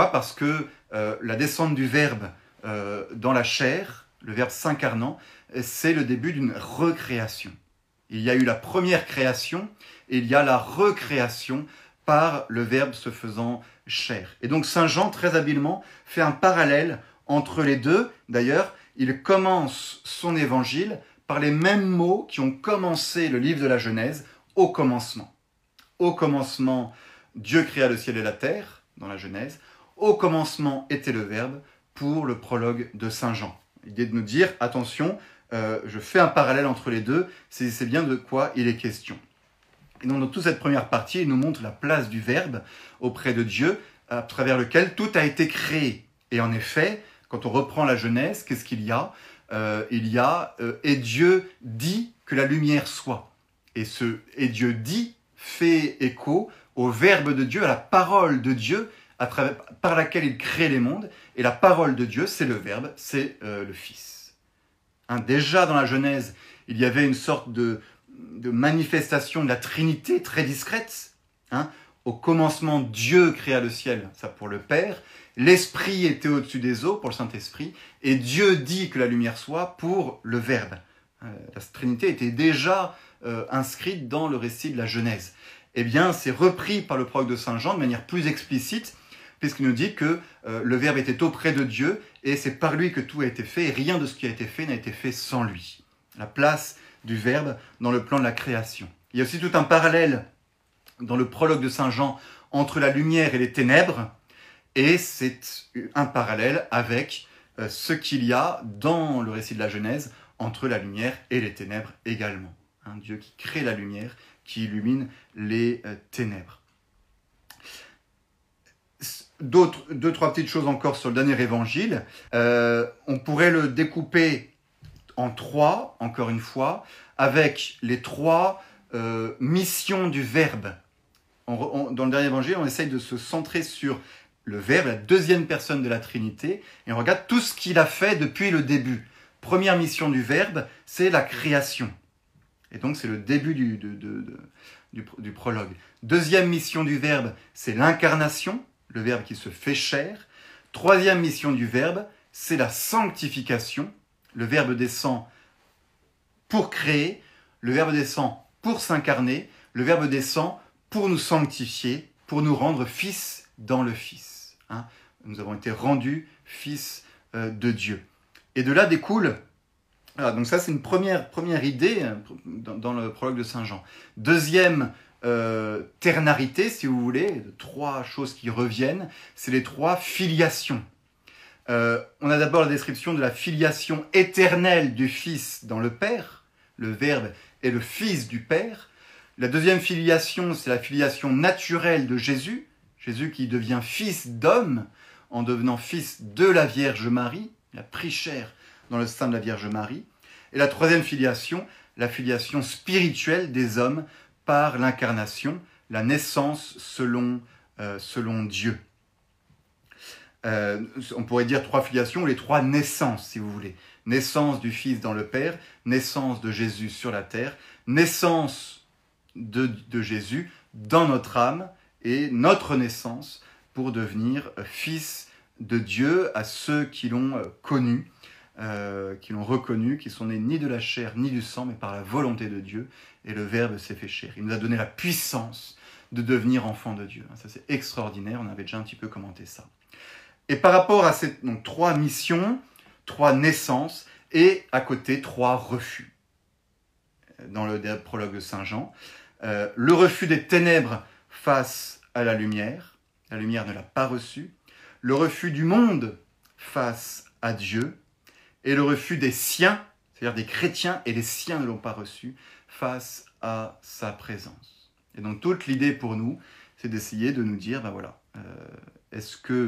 Parce que euh, la descente du Verbe euh, dans la chair, le Verbe s'incarnant, c'est le début d'une recréation. Il y a eu la première création et il y a la recréation par le Verbe se faisant chair. Et donc Saint Jean, très habilement, fait un parallèle entre les deux. D'ailleurs, il commence son évangile par les mêmes mots qui ont commencé le livre de la Genèse au commencement. Au commencement, Dieu créa le ciel et la terre, dans la Genèse. Au commencement était le Verbe, pour le prologue de Saint Jean. L'idée de nous dire, attention, euh, je fais un parallèle entre les deux, c'est bien de quoi il est question. Et donc, dans toute cette première partie, il nous montre la place du Verbe auprès de Dieu, à travers lequel tout a été créé. Et en effet, quand on reprend la Genèse, qu'est-ce qu'il y a ? euh, Il y a euh, « Et Dieu dit que la lumière soit ». Et ce « Et Dieu dit » fait écho au Verbe de Dieu, à la parole de Dieu, à travers, par laquelle il crée les mondes. Et la parole de Dieu, c'est le Verbe, c'est euh, le Fils. Hein, déjà dans la Genèse, il y avait une sorte de, de manifestation de la Trinité très discrète. Hein. Au commencement, Dieu créa le ciel, ça pour le Père. L'Esprit était au-dessus des eaux, pour le Saint-Esprit. Et Dieu dit que la lumière soit, pour le Verbe. Euh, la Trinité était déjà euh, inscrite dans le récit de la Genèse. Eh bien, c'est repris par le prologue de Saint Jean de manière plus explicite, puisqu'il nous dit que euh, le Verbe était auprès de Dieu, et c'est par lui que tout a été fait, et rien de ce qui a été fait n'a été fait sans lui. La place du Verbe dans le plan de la création. Il y a aussi tout un parallèle dans le prologue de Saint Jean entre la lumière et les ténèbres, et c'est un parallèle avec euh, ce qu'il y a dans le récit de la Genèse entre la lumière et les ténèbres également. Un Dieu qui crée la lumière, qui illumine les euh, ténèbres. D'autres, deux, trois petites choses encore sur le dernier évangile. Euh, on pourrait le découper en trois, encore une fois, avec les trois euh, missions du Verbe. On, on, dans le dernier évangile, on essaye de se centrer sur le Verbe, la deuxième personne de la Trinité, et on regarde tout ce qu'il a fait depuis le début. Première mission du Verbe, c'est la création. Et donc, c'est le début du, de, de, de, du, du prologue. Deuxième mission du Verbe, c'est l'incarnation, le Verbe qui se fait chair. Troisième mission du Verbe, c'est la sanctification. Le Verbe descend pour créer, le Verbe descend pour s'incarner, le Verbe descend pour nous sanctifier, pour nous rendre fils dans le Fils. Hein, nous avons été rendus fils euh, de Dieu. Et de là découle... Voilà, donc ça, c'est une première, première idée dans, dans le prologue de Saint Jean. Deuxième euh, ternarité, si vous voulez, trois choses qui reviennent, c'est les trois filiations. Euh, on a d'abord la description de la filiation éternelle du Fils dans le Père. Le Verbe est le Fils du Père. La deuxième filiation, c'est la filiation naturelle de Jésus. Jésus qui devient fils d'homme en devenant fils de la Vierge Marie. Il a pris chair dans le sein de la Vierge Marie. Et la troisième filiation, la filiation spirituelle des hommes par l'incarnation, la naissance selon, euh, selon Dieu. Euh, on pourrait dire trois filiations, ou les trois naissances, si vous voulez. Naissance du Fils dans le Père, naissance de Jésus sur la terre, naissance de, de Jésus dans notre âme, et notre naissance pour devenir fils de Dieu à ceux qui l'ont connu, euh, qui l'ont reconnu, qui sont nés ni de la chair ni du sang, mais par la volonté de Dieu, et le Verbe s'est fait chair. Il nous a donné la puissance de devenir enfant de Dieu. Ça, c'est extraordinaire, on avait déjà un petit peu commenté ça. Et par rapport à ces donc, trois missions, trois naissances, et à côté, trois refus. Dans le prologue de Saint Jean, euh, le refus des ténèbres face à la lumière, la lumière ne l'a pas reçu, le refus du monde face à Dieu, et le refus des siens, c'est-à-dire des chrétiens, et les siens ne l'ont pas reçu, face à sa présence. Et donc toute l'idée pour nous, c'est d'essayer de nous dire, ben voilà, euh, est-ce que,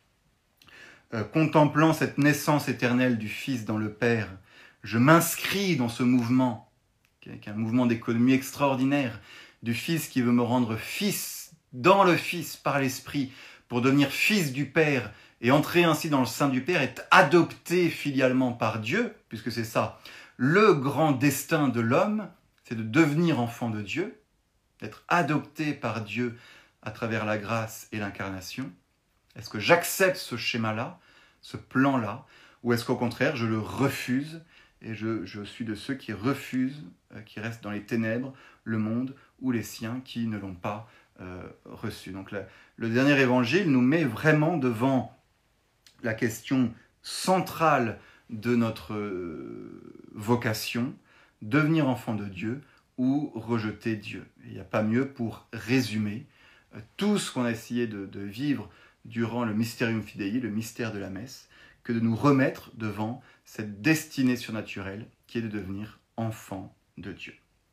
euh, contemplant cette naissance éternelle du Fils dans le Père, je m'inscris dans ce mouvement, qui est un mouvement d'économie extraordinaire, du Fils qui veut me rendre fils dans le Fils par l'Esprit, pour devenir fils du Père, et entrer ainsi dans le sein du Père, être adopté filialement par Dieu, puisque c'est ça, le grand destin de l'homme, c'est de devenir enfant de Dieu, d'être adopté par Dieu à travers la grâce et l'incarnation. Est-ce que j'accepte ce schéma-là, ce plan-là, ou est-ce qu'au contraire, je le refuse, et je, je suis de ceux qui refusent, euh, qui restent dans les ténèbres, le monde, ou les siens qui ne l'ont pas euh, reçu. Donc la, le dernier évangile nous met vraiment devant la question centrale de notre euh, vocation, devenir enfant de Dieu ou rejeter Dieu. Il n'y a pas mieux pour résumer euh, tout ce qu'on a essayé de, de vivre durant le Mysterium Fidei, le mystère de la messe, que de nous remettre devant cette destinée surnaturelle qui est de devenir enfant de Dieu.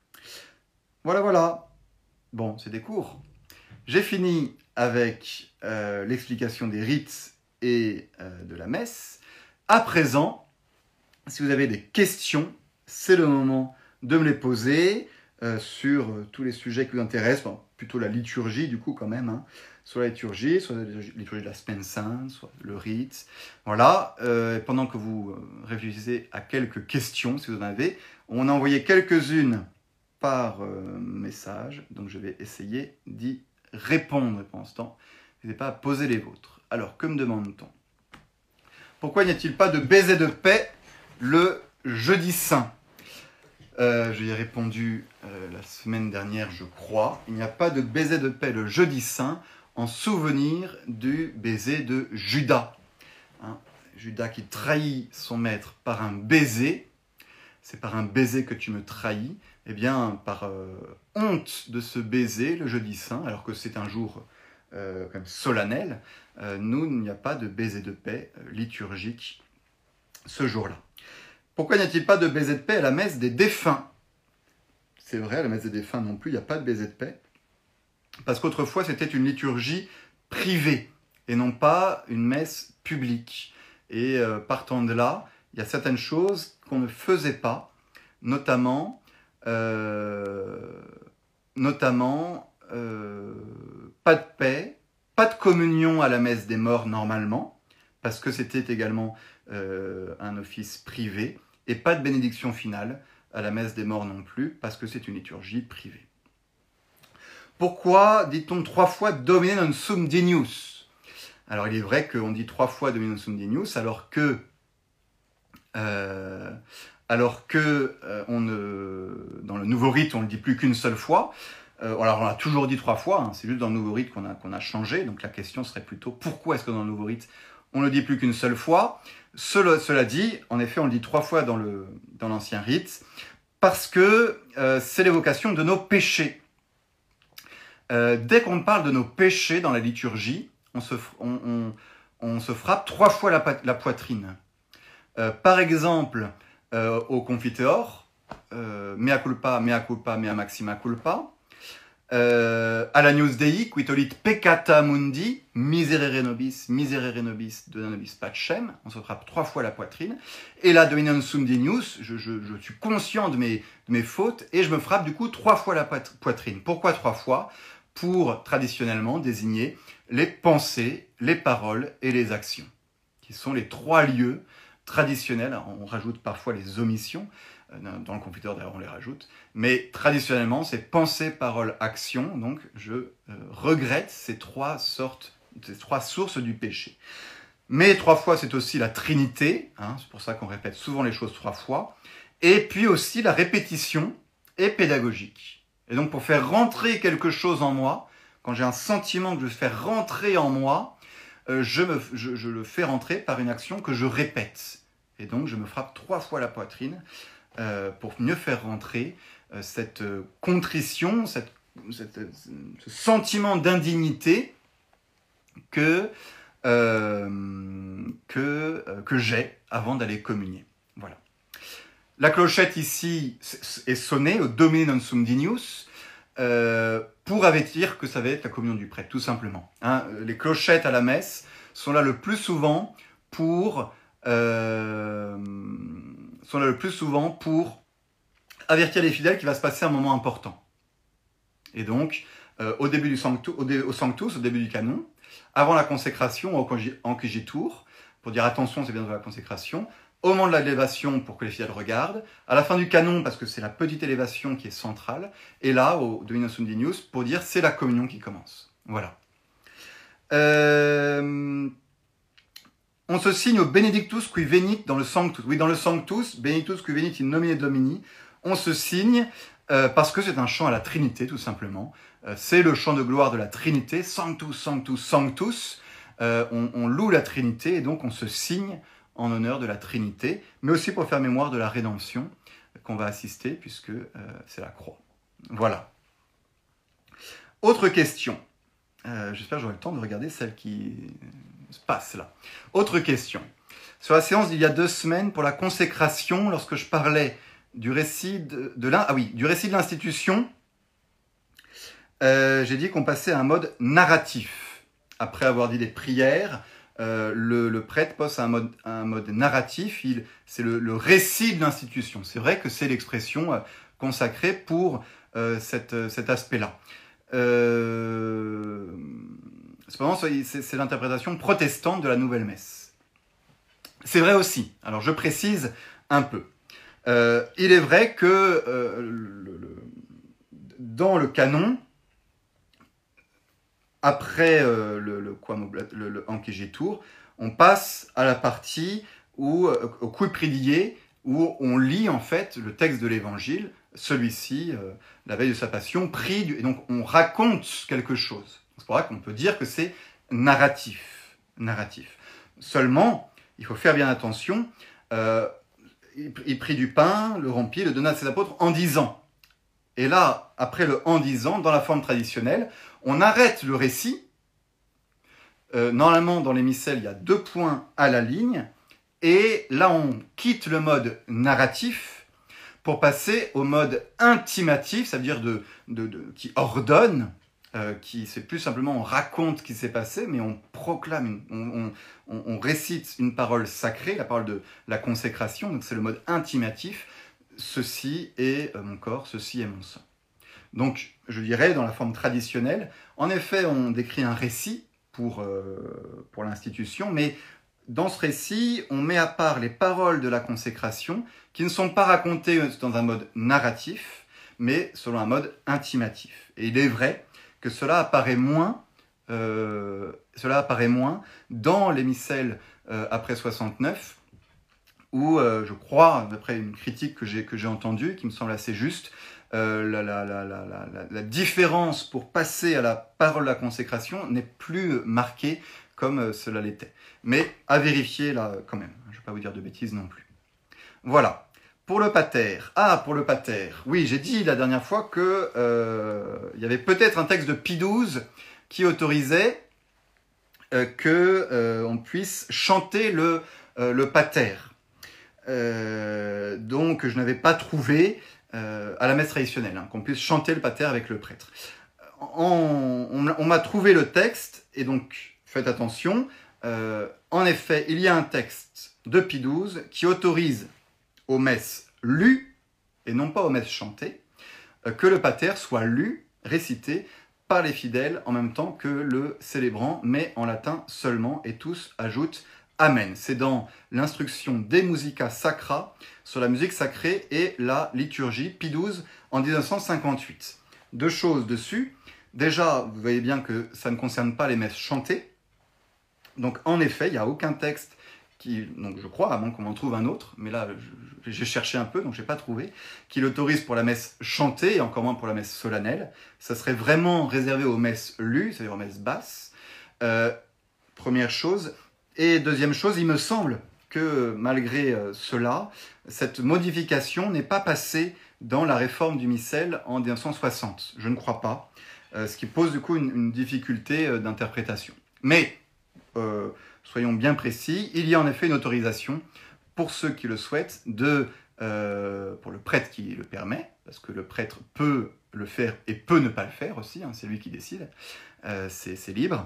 Voilà, voilà. Bon, c'est des cours. J'ai fini avec euh, l'explication des rites et euh, de la messe. À présent, si vous avez des questions, c'est le moment de me les poser euh, sur euh, tous les sujets qui vous intéressent, bon, plutôt la liturgie du coup quand même, hein, soit la liturgie, soit la liturgie de la semaine sainte, soit le rite. Voilà, euh, pendant que vous réfléchissez à quelques questions, si vous en avez, on a envoyé quelques-unes par euh, message, donc je vais essayer d'y répondre pendant ce temps. N'hésitez pas à poser les vôtres. Alors, que me demande-t-on? Pourquoi n'y a-t-il pas de baiser de paix le jeudi saint? euh, Je y ai répondu euh, la semaine dernière, je crois. Il n'y a pas de baiser de paix le jeudi saint en souvenir du baiser de Judas. Hein, Judas qui trahit son maître par un baiser. C'est par un baiser que tu me trahis. Eh bien, par euh, honte de ce baiser, le jeudi saint, alors que c'est un jour euh, quand même solennel, euh, nous, il n'y a pas de baiser de paix euh, liturgique ce jour-là. Pourquoi n'y a-t-il pas de baiser de paix à la messe des défunts? C'est vrai, à la messe des défunts non plus, il n'y a pas de baiser de paix. Parce qu'autrefois, c'était une liturgie privée et non pas une messe publique. Et euh, partant de là, il y a certaines choses qu'on ne faisait pas, notamment, euh, notamment euh, pas de paix, pas de communion à la messe des morts normalement, parce que c'était également euh, un office privé, et pas de bénédiction finale à la messe des morts non plus, parce que c'est une liturgie privée. Pourquoi dit-on trois fois Domine non sum dignus? Alors il est vrai qu'on dit trois fois Domine non sum dignus, alors que Euh, alors que euh, on ne, dans le nouveau rite, on ne le dit plus qu'une seule fois. Euh, alors on l'a toujours dit trois fois, hein, c'est juste dans le nouveau rite qu'on a, qu'on a changé. Donc la question serait plutôt pourquoi est-ce que dans le nouveau rite, on ne le dit plus qu'une seule fois? Cela, cela dit, en effet, on le dit trois fois dans, le, dans l'ancien rite, parce que euh, c'est l'évocation de nos péchés. Euh, dès qu'on parle de nos péchés dans la liturgie, on se, on, on, on se frappe trois fois la, la poitrine. Euh, par exemple, euh, au Confiteor, euh, mea culpa, mea culpa, mea maxima culpa. Euh, à l'Agnus Dei, quitolit peccata mundi, miserere nobis, miserere nobis, de nobis pacem. On se frappe trois fois la poitrine. Et là, Dominum sum dignus, je, je, je suis conscient de mes, de mes fautes et je me frappe du coup trois fois la poitrine. Pourquoi trois fois? Pour traditionnellement désigner les pensées, les paroles et les actions, qui sont les trois lieux traditionnels. On rajoute parfois les omissions, dans le Confiteor d'ailleurs on les rajoute, mais traditionnellement c'est pensée, parole, action. Donc je euh, regrette ces trois sortes, ces trois sources du péché. Mais trois fois c'est aussi la Trinité, hein, c'est pour ça qu'on répète souvent les choses trois fois, et puis aussi la répétition est pédagogique. Et donc pour faire rentrer quelque chose en moi, quand j'ai un sentiment que je veux faire rentrer en moi, euh, je, me, je, je le fais rentrer par une action que je répète. Et donc je me frappe trois fois la poitrine euh, pour mieux faire rentrer euh, cette contrition, cette, cette, ce sentiment d'indignité que, euh, que, euh, que j'ai avant d'aller communier. Voilà. La clochette ici est sonnée au Domine non sum dignus euh, pour avertir que ça va être la communion du prêtre, tout simplement. Hein, les clochettes à la messe sont là le plus souvent pour, euh, sont là le plus souvent pour avertir les fidèles qu'il va se passer un moment important. Et donc, euh, au début du sanctus, au, dé, au sanctus, au début du canon, avant la consécration, au Inquisitur, pour dire attention, c'est bien de la consécration, au moment de l'élévation pour que les fidèles regardent, à la fin du canon parce que c'est la petite élévation qui est centrale, et là, au Domine non sum dignus, pour dire c'est la communion qui commence. Voilà. Euh, on se signe au Benedictus qui venit dans le Sanctus. Oui, dans le Sanctus, Benedictus qui venit in nomine Domini, on se signe euh, parce que c'est un chant à la Trinité, tout simplement. Euh, c'est le chant de gloire de la Trinité, Sanctus, Sanctus, Sanctus. Euh, on, on loue la Trinité et donc on se signe en honneur de la Trinité, mais aussi pour faire mémoire de la rédemption qu'on va assister, puisque euh, c'est la croix. Voilà. Autre question. Euh, J'espère que j'aurai le temps de regarder celle qui se passe là. Autre question. Sur la séance d'il y a deux semaines pour la consécration, lorsque je parlais du récit de, de l'in- ah oui, du récit de l'institution, euh, j'ai dit qu'on passait à un mode narratif. Après avoir dit les prières, Euh, le, le prêtre passe à un mode, à un mode narratif, c'est le, le récit de l'institution. C'est vrai que c'est l'expression euh, consacrée pour euh, cette, cet aspect-là. Euh, cependant, c'est l'interprétation protestante de la nouvelle messe. C'est vrai aussi. Alors, je précise un peu. Euh, il est vrai que euh, le, le, dans le canon, après euh, le, le, le, le Inquisitur, on passe à la partie où, euh, au Qui Pridie, où on lit en fait le texte de l'Évangile, celui-ci, euh, la veille de sa passion, pris du... et donc on raconte quelque chose. C'est pour ça qu'on peut dire que c'est narratif, narratif. Seulement, il faut faire bien attention, euh, il, il prit du pain, le rompit, le donna à ses apôtres en disant. Et là, après le en disant, dans la forme traditionnelle, on arrête le récit. Euh, normalement, dans les missels, il y a deux points à la ligne. Et là, on quitte le mode narratif pour passer au mode intimatif, ça veut dire de, de, de, qui ordonne, euh, qui c'est plus simplement on raconte ce qui s'est passé, mais on proclame, on, on, on récite une parole sacrée, la parole de la consécration, donc c'est le mode intimatif. Ceci est mon corps, ceci est mon sang. Donc, je dirais, dans la forme traditionnelle, en effet, on décrit un récit pour, euh, pour l'institution, mais dans ce récit, on met à part les paroles de la consécration, qui ne sont pas racontées dans un mode narratif, mais selon un mode intimatif. Et il est vrai que cela apparaît moins, euh, cela apparaît moins dans les missels euh, après soixante-neuf, où euh, je crois, d'après une critique que j'ai que j'ai entendue, qui me semble assez juste, euh, la, la, la, la, la, la différence pour passer à la parole de la consécration n'est plus marquée comme euh, cela l'était. Mais à vérifier là quand même, je ne vais pas vous dire de bêtises non plus. Voilà. Pour le pater. Ah, pour le pater. Oui, j'ai dit la dernière fois que euh, il y avait peut-être un texte de Pie douze qui autorisait euh, que euh, on puisse chanter le, euh, le pater. Euh, donc je n'avais pas trouvé euh, à la messe traditionnelle hein, qu'on puisse chanter le pater avec le prêtre. En, on on m'a trouvé le texte et donc faites attention. Euh, en effet, il y a un texte de Pie douze qui autorise aux messes lues et non pas aux messes chantées euh, que le pater soit lu, récité par les fidèles en même temps que le célébrant, mais en latin seulement, et tous ajoutent Amen. C'est dans l'instruction De Musica Sacra sur la musique sacrée et la liturgie, Pie douze en mille neuf cent cinquante-huit. Deux choses dessus. Déjà, vous voyez bien que ça ne concerne pas les messes chantées. Donc en effet, il n'y a aucun texte qui, donc je crois, à moins qu'on en trouve un autre, mais là j'ai cherché un peu, donc je n'ai pas trouvé, qui l'autorise pour la messe chantée et encore moins pour la messe solennelle. Ça serait vraiment réservé aux messes lues, c'est-à-dire aux messes basses. Euh, première chose. Et deuxième chose, il me semble que malgré cela, cette modification n'est pas passée dans la réforme du missel en mille neuf cent soixante. Je ne crois pas, ce qui pose du coup une, une difficulté d'interprétation. Mais euh, soyons bien précis, il y a en effet une autorisation pour ceux qui le souhaitent, de, euh, pour le prêtre qui le permet, parce que le prêtre peut le faire et peut ne pas le faire aussi, hein, c'est lui qui décide, euh, c'est libre,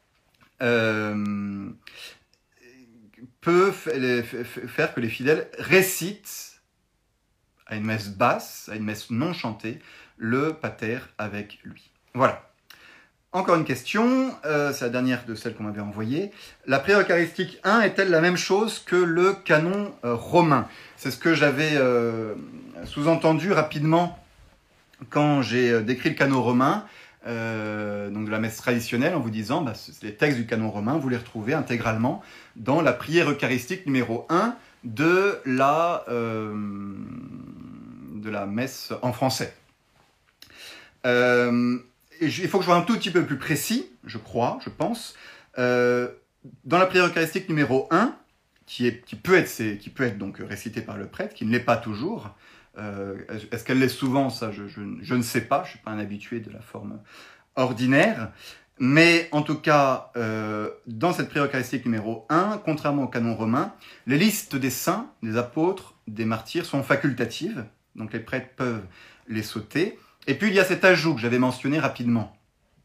euh, peut faire que les fidèles récitent à une messe basse, à une messe non chantée, le pater avec lui. Voilà. Encore une question, euh, c'est la dernière de celle qu'on m'avait envoyée. La prière eucharistique un est-elle la même chose que le canon euh, romain? C'est ce que j'avais euh, sous-entendu rapidement quand j'ai euh, décrit le canon romain, euh, donc de la messe traditionnelle, en vous disant bah, les textes du canon romain, vous les retrouvez intégralement dans la prière eucharistique numéro un de la, euh, de la messe en français. Euh, Et il faut que je sois un tout petit peu plus précis, je crois, je pense. Euh, dans la prière eucharistique numéro un, qui, est, qui peut être, qui peut être donc récitée par le prêtre, qui ne l'est pas toujours, euh, est-ce qu'elle l'est souvent? Ça, je, je, je ne sais pas, je ne suis pas un habitué de la forme ordinaire. Mais en tout cas, euh, dans cette prière eucharistique numéro un, contrairement au canon romain, les listes des saints, des apôtres, des martyrs sont facultatives, donc les prêtres peuvent les sauter. Et puis il y a cet ajout que j'avais mentionné rapidement.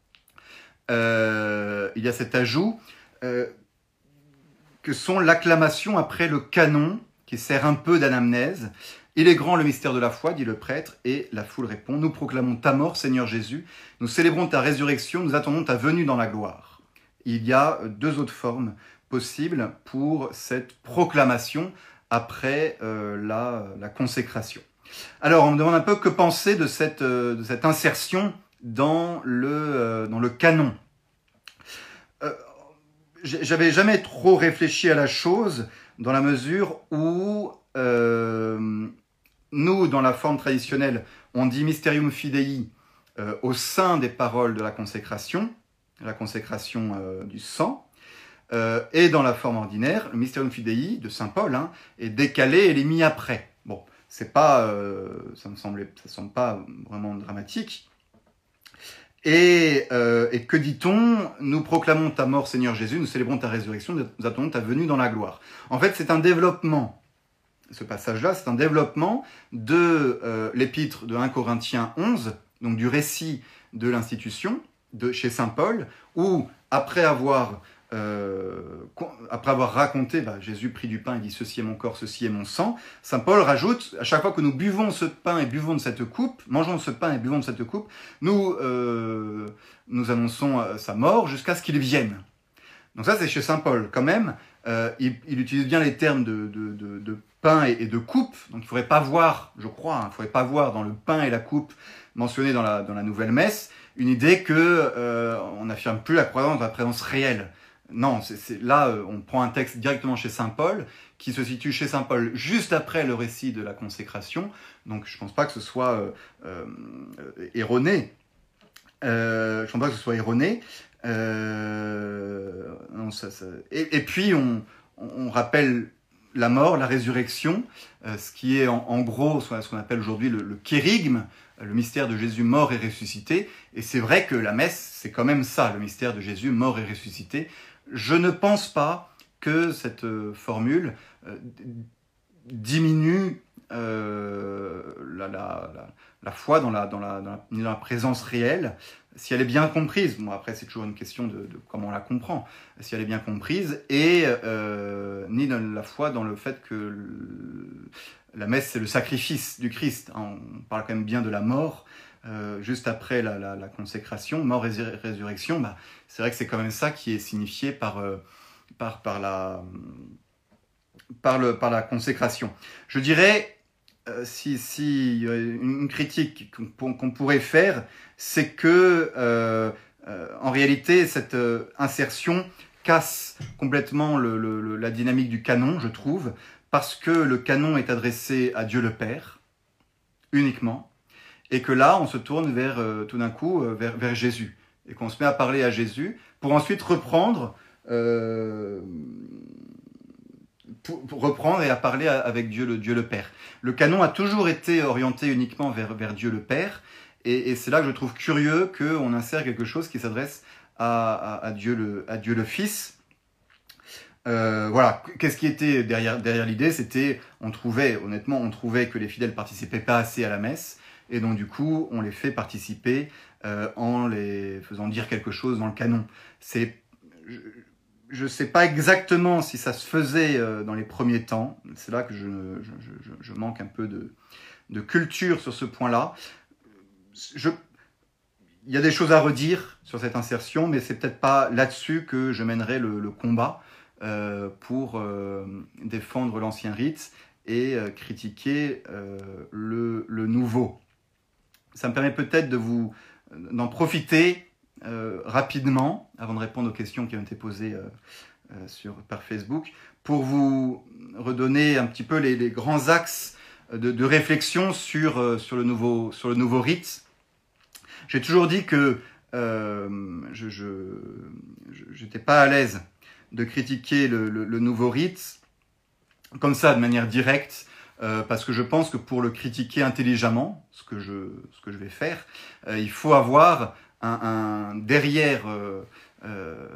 Euh, il y a cet ajout euh, que sont l'acclamation après le canon, qui sert un peu d'anamnèse. Il est grand le mystère de la foi, dit le prêtre, et la foule répond, nous proclamons ta mort, Seigneur Jésus, nous célébrons ta résurrection, nous attendons ta venue dans la gloire. Il y a deux autres formes possibles pour cette proclamation après euh, la, la consécration. Alors, on me demande un peu que penser de cette, euh, de cette insertion dans le, euh, dans le canon. Euh, J'avais jamais trop réfléchi à la chose dans la mesure où euh, nous, dans la forme traditionnelle, on dit Mysterium Fidei euh, au sein des paroles de la consécration, la consécration euh, du sang, euh, et dans la forme ordinaire, le Mysterium Fidei de saint Paul hein, est décalé et il est mis après. Bon. C'est pas, euh, ça me semblait, ça semble pas vraiment dramatique. Et, euh, et que dit-on? Nous proclamons ta mort, Seigneur Jésus, nous célébrons ta résurrection, nous attendons ta venue dans la gloire. En fait, c'est un développement. Ce passage-là, c'est un développement de euh, l'épître de un Corinthiens onze, donc du récit de l'institution de chez saint Paul, où après avoir Euh, après avoir raconté, bah, Jésus prit du pain et dit ceci est mon corps, ceci est mon sang, saint Paul rajoute, à chaque fois que nous buvons ce pain et buvons de cette coupe, mangeons ce pain et buvons de cette coupe, nous, euh, nous annonçons euh, sa mort jusqu'à ce qu'il vienne. Donc ça c'est chez saint Paul quand même, euh, il, il utilise bien les termes de, de, de, de pain et, et de coupe, donc il ne faudrait pas voir, je crois, hein, il ne faudrait pas voir dans le pain et la coupe mentionnés dans la, dans la nouvelle messe, une idée que euh, on n'affirme plus la croyance de la présence réelle. Non, c'est, c'est, là, euh, on prend un texte directement chez saint Paul, qui se situe chez saint Paul juste après le récit de la consécration. Donc, je ne pense pas que ce soit euh, euh, erroné. Euh, je ne pense pas que ce soit erroné. Euh, non, ça, ça... Et, et puis, on, on rappelle la mort, la résurrection, euh, ce qui est en, en gros ce qu'on appelle aujourd'hui le, le kérigme, le mystère de Jésus mort et ressuscité. Et c'est vrai que la messe, c'est quand même ça, le mystère de Jésus mort et ressuscité. Je ne pense pas que cette euh, formule euh, diminue euh, la, la, la, la foi dans la, dans, la, dans, la, dans la présence réelle, si elle est bien comprise. Bon, après, c'est toujours une question de, de comment on la comprend, si elle est bien comprise, et euh, ni dans la foi dans le fait que le, la messe, c'est le sacrifice du Christ. Hein, on parle quand même bien de la mort, Euh, juste après la, la, la consécration, mort et résurrection, bah, c'est vrai que c'est quand même ça qui est signifié par, euh, par, par, la, par, le, par la consécration. Je dirais, euh, si, si une critique qu'on, qu'on pourrait faire, c'est que, euh, euh, en réalité, cette euh, insertion casse complètement le, le, la dynamique du canon, je trouve, parce que le canon est adressé à Dieu le Père, uniquement, et que là, on se tourne vers, euh, tout d'un coup, euh, vers, vers Jésus, et qu'on se met à parler à Jésus, pour ensuite reprendre, euh, pour, pour reprendre et à parler à, avec Dieu le, Dieu le Père. Le canon a toujours été orienté uniquement vers, vers Dieu le Père, et, et c'est là que je trouve curieux qu'on insère quelque chose qui s'adresse à, à, à, Dieu le, à Dieu le Fils, Euh, voilà, qu'est-ce qui était derrière, derrière l'idée? C'était, on trouvait, honnêtement, on trouvait que les fidèles participaient pas assez à la messe, et donc du coup, on les fait participer euh, en les faisant dire quelque chose dans le canon. C'est, je ne sais pas exactement si ça se faisait euh, dans les premiers temps, c'est là que je, je, je, je manque un peu de, de culture sur ce point-là. Je, il y a des choses à redire sur cette insertion, mais c'est peut-être pas là-dessus que je mènerai le, le combat. Euh, pour euh, défendre l'ancien rite et euh, critiquer euh, le, le nouveau. Ça me permet peut-être de vous, d'en profiter euh, rapidement, avant de répondre aux questions qui ont été posées euh, euh, sur, par Facebook, pour vous redonner un petit peu les, les grands axes de, de réflexion sur, euh, sur, le nouveau, sur le nouveau rite. J'ai toujours dit que euh, je n'étais pas à l'aise de critiquer le, le, le nouveau rite comme ça, de manière directe, euh, parce que je pense que pour le critiquer intelligemment, ce que je, ce que je vais faire, euh, il faut avoir un, un derrière euh, euh,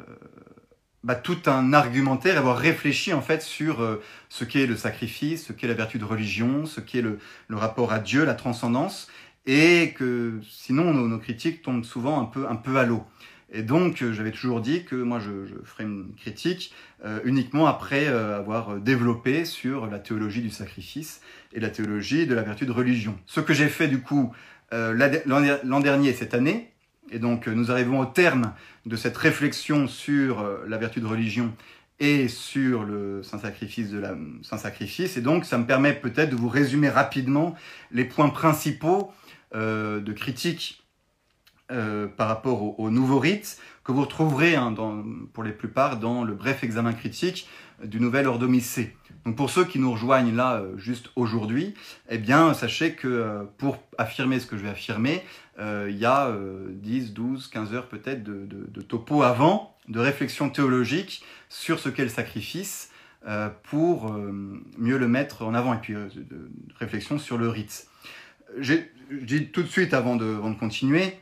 bah, tout un argumentaire, avoir réfléchi en fait sur euh, ce qu'est le sacrifice, ce qu'est la vertu de religion, ce qu'est le, le rapport à Dieu, la transcendance, et que sinon nos, nos critiques tombent souvent un peu, un peu à l'eau. Et donc, euh, j'avais toujours dit que moi, je, je ferais une critique euh, uniquement après euh, avoir développé sur la théologie du sacrifice et la théologie de la vertu de religion. Ce que j'ai fait, du coup, euh, l'an dernier, cette année, et donc euh, nous arrivons au terme de cette réflexion sur euh, la vertu de religion et sur le Saint-Sacrifice de la Saint-Sacrifice. Et donc, ça me permet peut-être de vous résumer rapidement les points principaux euh, de critique Euh, par rapport au, au nouveau rite, que vous retrouverez hein, dans, pour les plupart dans le bref examen critique du nouvel Ordomicée. Donc pour ceux qui nous rejoignent là euh, juste aujourd'hui, eh bien sachez que euh, pour affirmer ce que je vais affirmer, euh, il y a euh, dix, douze, quinze heures peut-être de, de, de topo avant, de réflexion théologique sur ce qu'est le sacrifice euh, pour euh, mieux le mettre en avant, et puis euh, de, de réflexion sur le rite. J'ai dit tout de suite avant de, avant de continuer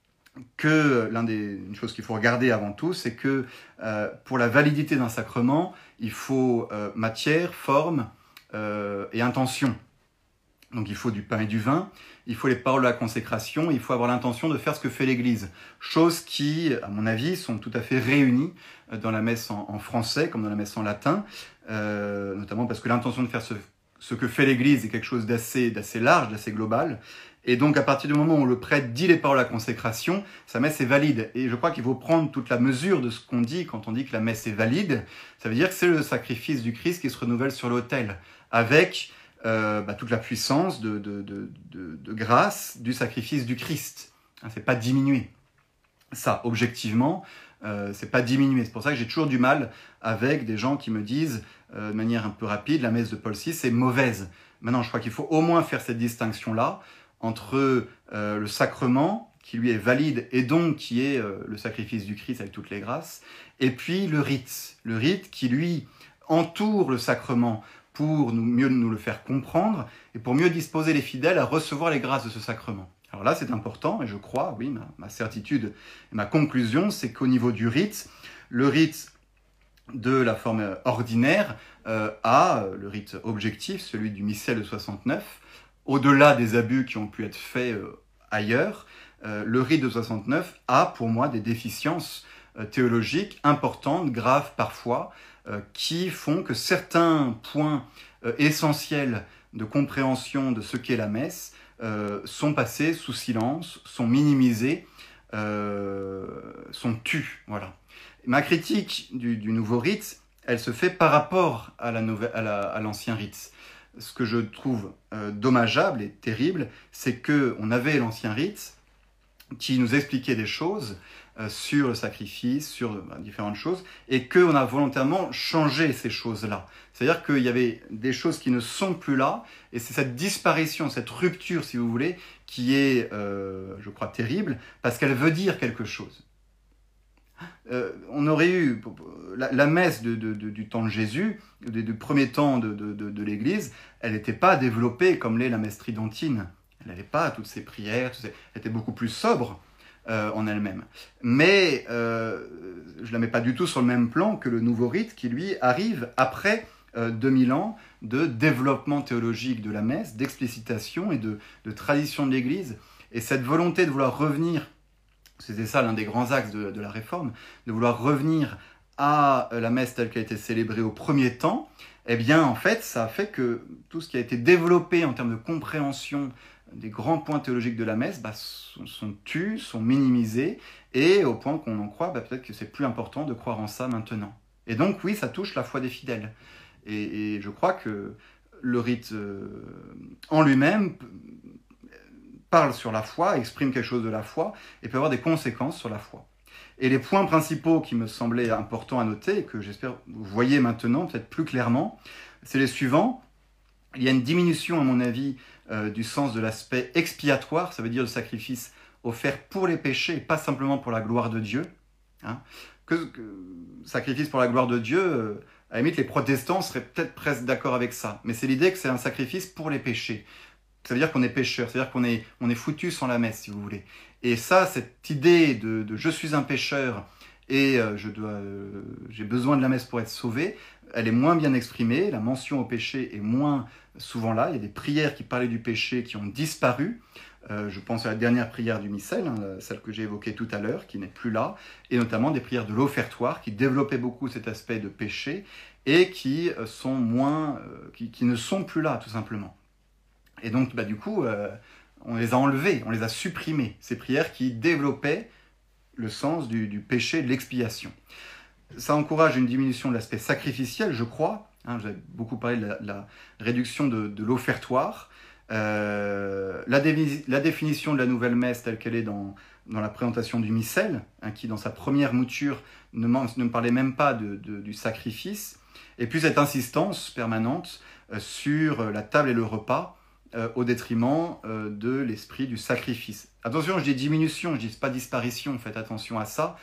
que l'un des une chose qu'il faut regarder avant tout, c'est que euh, pour la validité d'un sacrement, il faut euh, matière, forme euh, et intention. Donc il faut du pain et du vin, il faut les paroles de la consécration, il faut avoir l'intention de faire ce que fait l'Église. Choses qui, à mon avis, sont tout à fait réunies dans la messe en, en français comme dans la messe en latin, euh, notamment parce que l'intention de faire ce, ce que fait l'Église est quelque chose d'assez d'assez large, d'assez global. Et donc, à partir du moment où le prêtre dit les paroles à la consécration, sa messe est valide. Et je crois qu'il faut prendre toute la mesure de ce qu'on dit quand on dit que la messe est valide. Ça veut dire que c'est le sacrifice du Christ qui se renouvelle sur l'autel, avec euh, bah, toute la puissance de, de, de, de, de grâce du sacrifice du Christ. Hein, c'est pas diminué. Ça, objectivement, euh, c'est pas diminué. C'est pour ça que j'ai toujours du mal avec des gens qui me disent, euh, de manière un peu rapide, la messe de Paul six est mauvaise. Maintenant, je crois qu'il faut au moins faire cette distinction-là entre euh, le sacrement, qui lui est valide, et donc qui est euh, le sacrifice du Christ avec toutes les grâces, et puis le rite. Le rite qui, lui, entoure le sacrement pour nous, mieux nous le faire comprendre, et pour mieux disposer les fidèles à recevoir les grâces de ce sacrement. Alors là, c'est important, et je crois, oui, ma, ma certitude et ma conclusion, c'est qu'au niveau du rite, le rite de la forme ordinaire euh, a le rite objectif, celui du missel de soixante-neuf, au-delà des abus qui ont pu être faits euh, ailleurs, euh, le rite de soixante-neuf a pour moi des déficiences euh, théologiques importantes, graves parfois, euh, qui font que certains points euh, essentiels de compréhension de ce qu'est la messe euh, sont passés sous silence, sont minimisés, euh, sont tus. Voilà. Ma critique du, du nouveau rite, elle se fait par rapport à la nouvelle, à la, à l'ancien rite. Ce que je trouve euh, dommageable et terrible, c'est qu'on avait l'ancien rite qui nous expliquait des choses euh, sur le sacrifice, sur euh, différentes choses, et qu'on a volontairement changé ces choses-là. C'est-à-dire qu'il y avait des choses qui ne sont plus là, et c'est cette disparition, cette rupture, si vous voulez, qui est, euh, je crois, terrible, parce qu'elle veut dire quelque chose. Euh, on aurait eu la, la messe de, de, de, du temps de Jésus, du, du premier temps de, de, de, de l'Église, elle n'était pas développée comme l'est la messe tridentine. Elle n'avait pas toutes ces prières, toutes ces... elle était beaucoup plus sobre. euh, en elle-même. Mais euh, je ne la mets pas du tout sur le même plan que le nouveau rite qui, lui, arrive après euh, deux mille ans de développement théologique de la messe, d'explicitation et de, de tradition de l'Église. Et cette volonté de vouloir revenir, c'était ça l'un des grands axes de, de la réforme, de vouloir revenir à la messe telle qu'elle a été célébrée au premier temps, eh bien, en fait, ça a fait que tout ce qui a été développé en termes de compréhension des grands points théologiques de la messe bah, sont, sont tus, sont minimisés, et au point qu'on en croit, bah, peut-être que c'est plus important de croire en ça maintenant. Et donc, oui, ça touche la foi des fidèles. Et, et je crois que le rite euh, en lui-même parle sur la foi, exprime quelque chose de la foi, et peut avoir des conséquences sur la foi. Et les points principaux qui me semblaient importants à noter, et que j'espère vous voyez maintenant peut-être plus clairement, c'est les suivants. Il y a une diminution, à mon avis, euh, du sens de l'aspect expiatoire, ça veut dire le sacrifice offert pour les péchés, et pas simplement pour la gloire de Dieu. Hein. Que, que, sacrifice pour la gloire de Dieu, euh, à la limite, les protestants seraient peut-être presque d'accord avec ça. Mais c'est l'idée que c'est un sacrifice pour les péchés. Ça veut dire qu'on est pécheur, c'est-à-dire qu'on est, on est foutu sans la messe, si vous voulez. Et ça, cette idée de, de je suis un pécheur et euh, je dois, euh, j'ai besoin de la messe pour être sauvé, elle est moins bien exprimée, la mention au péché est moins souvent là. Il y a des prières qui parlaient du péché qui ont disparu. Euh, je pense à la dernière prière du missel, hein, celle que j'ai évoquée tout à l'heure, qui n'est plus là, et notamment des prières de l'offertoire qui développaient beaucoup cet aspect de péché et qui, euh, sont moins, euh, qui, qui ne sont plus là, tout simplement. Et donc, bah, du coup, euh, on les a enlevées, on les a supprimées, ces prières qui développaient le sens du, du péché, de l'expiation. Ça encourage une diminution de l'aspect sacrificiel, je crois. Hein, vous avez beaucoup parlé de la, de la réduction de, de l'offertoire. Euh, la, dé, la définition de la nouvelle messe telle qu'elle est dans, dans la présentation du missel, hein, qui dans sa première mouture ne, ne parlait même pas de, de, du sacrifice. Et puis cette insistance permanente euh, sur la table et le repas, Euh, au détriment euh, de l'esprit du sacrifice. Attention, je dis diminution, je dis pas disparition, faites attention à ça.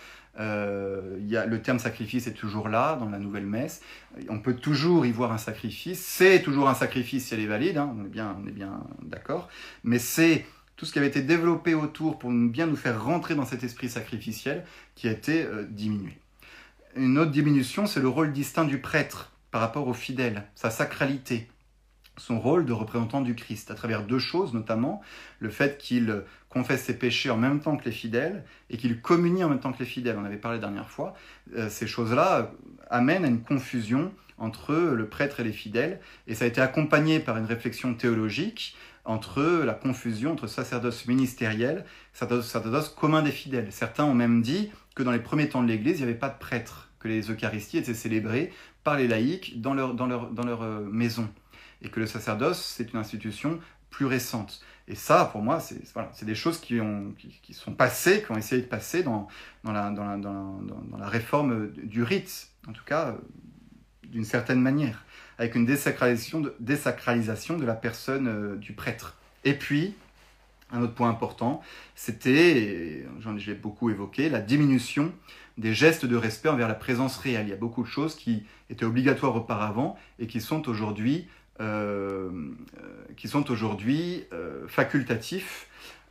Euh, y a, le terme sacrifice est toujours là dans la nouvelle messe. On peut toujours y voir un sacrifice. C'est toujours un sacrifice si elle est valide, hein, on est bien, on est bien d'accord. Mais c'est tout ce qui avait été développé autour pour bien nous faire rentrer dans cet esprit sacrificiel qui a été euh, diminué. Une autre diminution, c'est le rôle distinct du prêtre par rapport aux fidèles, sa sacralité. Son rôle de représentant du Christ, à travers deux choses, notamment le fait qu'il confesse ses péchés en même temps que les fidèles et qu'il communie en même temps que les fidèles. On avait parlé la dernière fois. Euh, ces choses-là amènent à une confusion entre le prêtre et les fidèles, et ça a été accompagné par une réflexion théologique entre la confusion entre sacerdoce ministériel et sacerdoce, sacerdoce commun des fidèles. Certains ont même dit que dans les premiers temps de l'Église, il n'y avait pas de prêtre, que les Eucharisties étaient célébrées par les laïcs dans leur, dans leur, dans leur euh, maison. Et que le sacerdoce, c'est une institution plus récente. Et ça, pour moi, c'est voilà, c'est des choses qui, ont, qui, qui sont passées, qui ont essayé de passer dans, dans, la, dans, la, dans, la, dans la réforme du rite, en tout cas, d'une certaine manière, avec une désacralisation de, désacralisation de la personne euh, du prêtre. Et puis, un autre point important, c'était, j'en ai beaucoup évoqué, la diminution des gestes de respect envers la présence réelle. Il y a beaucoup de choses qui étaient obligatoires auparavant et qui sont aujourd'hui Euh, euh, qui sont aujourd'hui euh, facultatifs,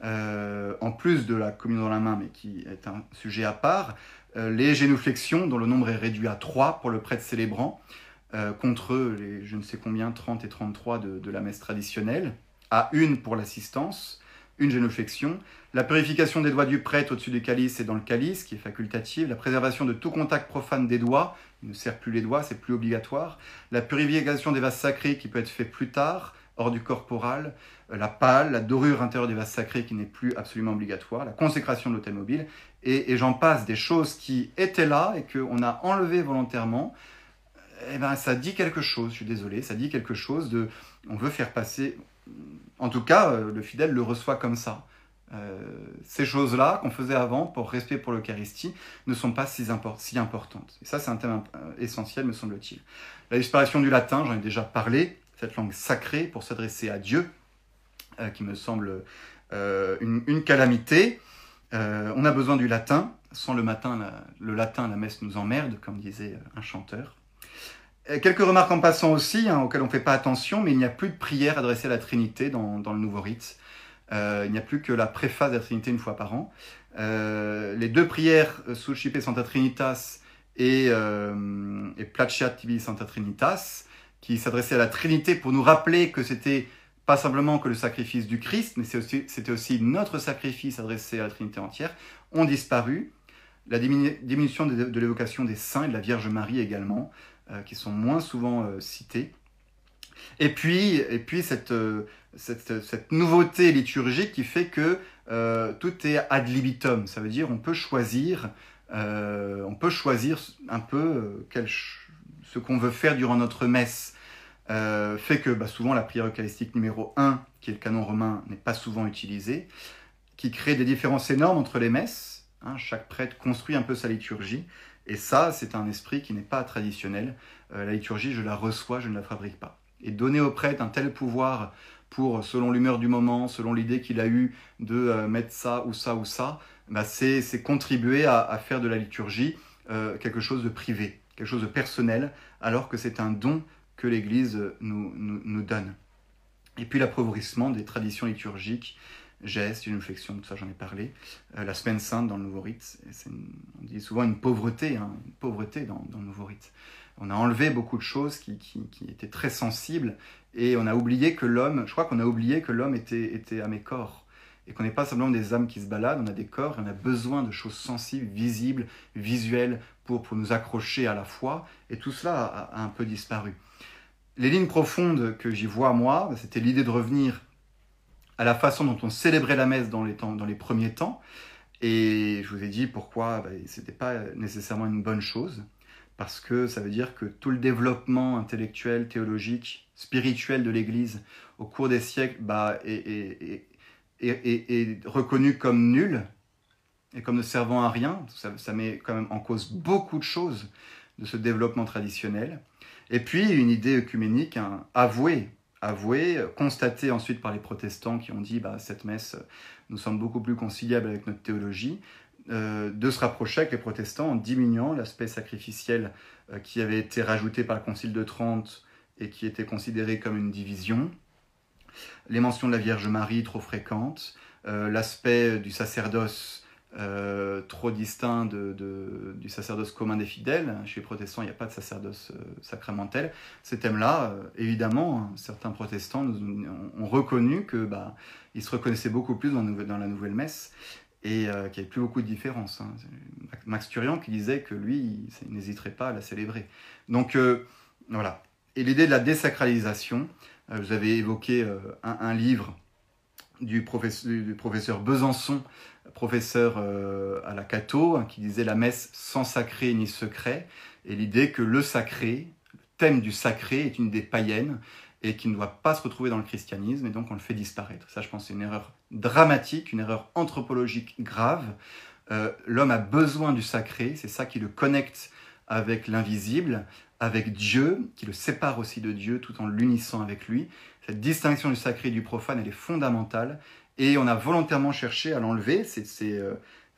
euh, en plus de la communion dans la main, mais qui est un sujet à part, euh, les génuflexions, dont le nombre est réduit à trois pour le prêtre célébrant, euh, contre les je ne sais combien, trente et trente-trois de, de la messe traditionnelle, à une pour l'assistance, une génuflexion, la purification des doigts du prêtre au-dessus du calice et dans le calice, qui est facultative, la préservation de tout contact profane des doigts, il ne serre plus les doigts, c'est plus obligatoire, la purification des vases sacrés qui peut être fait plus tard, hors du corporal, la pâle, la dorure intérieure des vases sacrés qui n'est plus absolument obligatoire, la consécration de l'autel mobile, et, et j'en passe, des choses qui étaient là et qu'on a enlevées volontairement. Eh ben, ça dit quelque chose, je suis désolé, ça dit quelque chose de... On veut faire passer... En tout cas, le fidèle le reçoit comme ça. Euh, ces choses-là qu'on faisait avant pour respect pour l'Eucharistie ne sont pas si, import si importantes. Et ça, c'est un thème euh, essentiel, me semble-t-il. La disparition du latin, j'en ai déjà parlé, cette langue sacrée pour s'adresser à Dieu, euh, qui me semble euh, une, une calamité. Euh, on a besoin du latin. Sans le, matin, la, le latin, la messe nous emmerde, comme disait un chanteur. Quelques remarques en passant aussi, hein, auxquelles on ne fait pas attention, mais il n'y a plus de prière adressée à la Trinité dans, dans le nouveau rite. Euh, il n'y a plus que la préface de la Trinité une fois par an. Euh, les deux prières Suscipe Sancta Trinitas et, euh, et Placeat Tibi Sancta Trinitas, qui s'adressaient à la Trinité pour nous rappeler que c'était pas simplement que le sacrifice du Christ, mais c'était aussi, aussi notre sacrifice adressé à la Trinité entière, ont disparu. La diminu diminution de, de l'évocation des saints et de la Vierge Marie également, euh, qui sont moins souvent euh, cités. Et puis, et puis cette, euh, cette, cette nouveauté liturgique qui fait que euh, tout est ad libitum. Ça veut dire on peut choisir, euh, on peut choisir un peu euh, quel, ce qu'on veut faire durant notre messe. Euh, fait que bah, souvent la prière eucharistique numéro un, qui est le canon romain, n'est pas souvent utilisée, qui crée des différences énormes entre les messes. Hein, chaque prêtre construit un peu sa liturgie, et ça, c'est un esprit qui n'est pas traditionnel. Euh, la liturgie, je la reçois, je ne la fabrique pas. Et donner au prêtre un tel pouvoir pour, selon l'humeur du moment, selon l'idée qu'il a eue de euh, mettre ça ou ça ou ça, bah, c'est contribuer à, à faire de la liturgie euh, quelque chose de privé, quelque chose de personnel, alors que c'est un don que l'Église nous, nous, nous donne. Et puis l'appauvrissement des traditions liturgiques, gestes, genuflexion, tout ça j'en ai parlé. Euh, la semaine sainte dans le nouveau rite, une, on dit souvent une pauvreté, hein, une pauvreté dans, dans le nouveau rite. On a enlevé beaucoup de choses qui, qui, qui étaient très sensibles et on a oublié que l'homme, je crois qu'on a oublié que l'homme était, était âme et corps. Et qu'on n'est pas simplement des âmes qui se baladent, on a des corps et on a besoin de choses sensibles, visibles, visuelles pour, pour nous accrocher à la foi. Et tout cela a, a un peu disparu. Les lignes profondes que j'y vois, moi, c'était l'idée de revenir à la façon dont on célébrait la messe dans les, temps, dans les premiers temps. Et je vous ai dit pourquoi ben, ce n'était pas nécessairement une bonne chose, parce que ça veut dire que tout le développement intellectuel, théologique, spirituel de l'Église au cours des siècles bah, est, est, est, est, est reconnu comme nul et comme ne servant à rien. Ça, ça met quand même en cause beaucoup de choses de ce développement traditionnel. Et puis une idée œcuménique, hein, avouée, avouée, constatée ensuite par les protestants qui ont dit bah, cette messe nous semble beaucoup plus conciliable avec notre théologie, euh, de se rapprocher avec les protestants en diminuant l'aspect sacrificiel euh, qui avait été rajouté par le Concile de Trente et qui était considéré comme une division, les mentions de la Vierge Marie trop fréquentes, euh, l'aspect du sacerdoce Euh, trop distinct de, de, du sacerdoce commun des fidèles. Chez les protestants, il n'y a pas de sacerdoce euh, sacramentel. Ces thèmes-là, euh, évidemment, certains protestants nous, ont reconnu qu'ils bah, se reconnaissaient beaucoup plus dans, dans la nouvelle messe et euh, qu'il n'y avait plus beaucoup de différences. Hein. Max Turian qui disait que lui, il n'hésiterait pas à la célébrer. Donc, euh, voilà. Et l'idée de la désacralisation, euh, vous avez évoqué euh, un, un livre du professeur, du professeur Besançon, professeur euh, à la Cato, hein, qui disait la messe sans sacré ni secret, et l'idée que le sacré, le thème du sacré est une idée païenne et qui ne doit pas se retrouver dans le christianisme, et donc on le fait disparaître. Ça, je pense, c'est une erreur dramatique, une erreur anthropologique grave. Euh, L'homme a besoin du sacré, c'est ça qui le connecte avec l'invisible, avec Dieu, qui le sépare aussi de Dieu tout en l'unissant avec lui. Cette distinction du sacré et du profane, elle est fondamentale. Et on a volontairement cherché à l'enlever, c'est euh,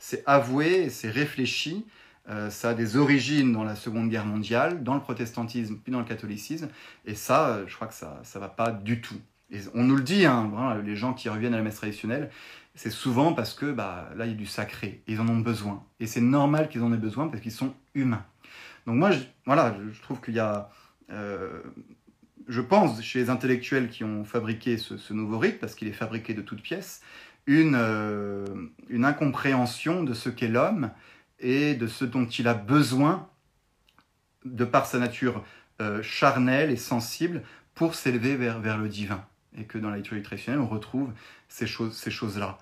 avoué, c'est réfléchi, euh, ça a des origines dans la Seconde Guerre mondiale, dans le protestantisme, puis dans le catholicisme, et ça, euh, je crois que ça ne va pas du tout. Et on nous le dit, hein, vraiment, les gens qui reviennent à la messe traditionnelle, c'est souvent parce que bah, là, il y a du sacré, ils en ont besoin. Et c'est normal qu'ils en aient besoin parce qu'ils sont humains. Donc moi, je, voilà, je trouve qu'il y a... Euh, je pense, chez les intellectuels qui ont fabriqué ce, ce nouveau rite, parce qu'il est fabriqué de toutes pièces, une, euh, une incompréhension de ce qu'est l'homme et de ce dont il a besoin, de par sa nature euh, charnelle et sensible, pour s'élever vers, vers le divin. Et que dans la liturgie traditionnelle, on retrouve ces choses, ces choses-là.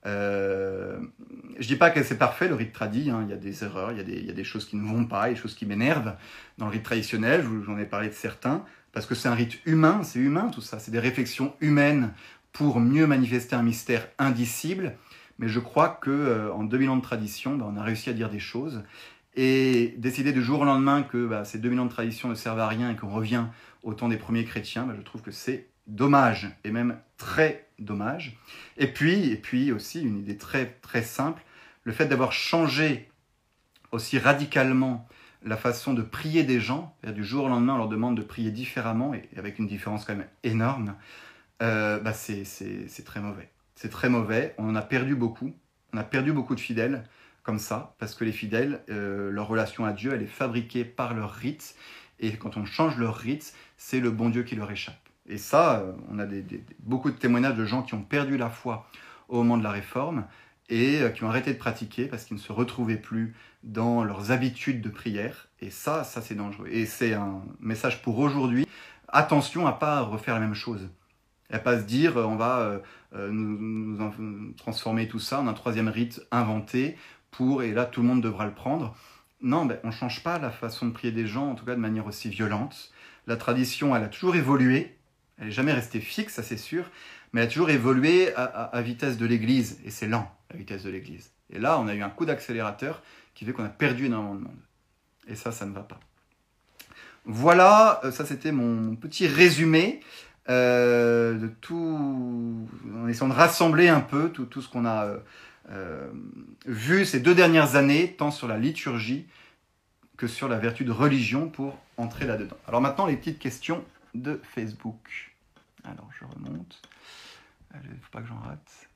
Euh, je ne dis pas que c'est parfait, le rite tradit, hein, il y a des erreurs, il y a des, il y a des choses qui ne vont pas, des choses qui m'énervent dans le rite traditionnel, j'en ai parlé de certains, parce que c'est un rite humain, c'est humain tout ça, c'est des réflexions humaines pour mieux manifester un mystère indicible, mais je crois qu'en euh, deux mille ans de tradition, bah, on a réussi à dire des choses, et décider du jour au lendemain que bah, ces deux mille ans de tradition ne servent à rien et qu'on revient au temps des premiers chrétiens, bah, je trouve que c'est dommage, et même très dommage. Et puis, et puis aussi, une idée très, très simple, le fait d'avoir changé aussi radicalement la façon de prier des gens, du jour au lendemain, on leur demande de prier différemment, et avec une différence quand même énorme, euh, bah c'est très mauvais. C'est très mauvais, on en a perdu beaucoup, On a perdu beaucoup de fidèles comme ça, parce que les fidèles, euh, leur relation à Dieu, elle est fabriquée par leur rite, et quand on change leur rite, c'est le bon Dieu qui leur échappe. Et ça, euh, on a des, des, beaucoup de témoignages de gens qui ont perdu la foi au moment de la Réforme, et euh, qui ont arrêté de pratiquer parce qu'ils ne se retrouvaient plus dans leurs habitudes de prière, et ça, ça c'est dangereux. Et c'est un message pour aujourd'hui, attention à ne pas refaire la même chose. Et pas se dire, on va euh, nous, nous transformer tout ça en un troisième rite inventé pour, et là tout le monde devra le prendre. Non, ben, on ne change pas la façon de prier des gens, en tout cas de manière aussi violente. La tradition, elle a toujours évolué, elle n'est jamais restée fixe, ça c'est sûr, mais elle a toujours évolué à, à, à vitesse de l'Église, et c'est lent, la vitesse de l'Église. Et là, on a eu un coup d'accélérateur qui fait qu'on a perdu énormément de monde. Et ça, ça ne va pas. Voilà, ça c'était mon petit résumé. Euh, de tout, en essayant de rassembler un peu tout, tout ce qu'on a euh, euh, vu ces deux dernières années, tant sur la liturgie que sur la vertu de religion, pour entrer là-dedans. Alors maintenant, les petites questions de Facebook. Alors, je remonte. Il ne faut pas que j'en rate.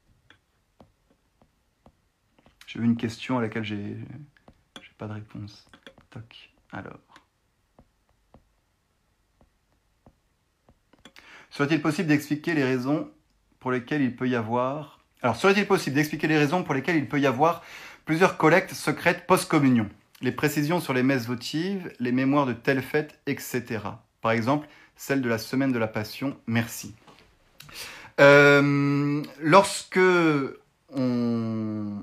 J'ai vu une question à laquelle j'ai j'ai pas de réponse. Toc. Alors. Serait-il possible d'expliquer les raisons pour lesquelles il peut y avoir... Alors, serait-il possible d'expliquer les raisons pour lesquelles il peut y avoir plusieurs collectes secrètes post-communion? Les précisions sur les messes votives, les mémoires de telles fêtes, et cetera. Par exemple, celle de la semaine de la Passion. Merci. Euh, lorsque on...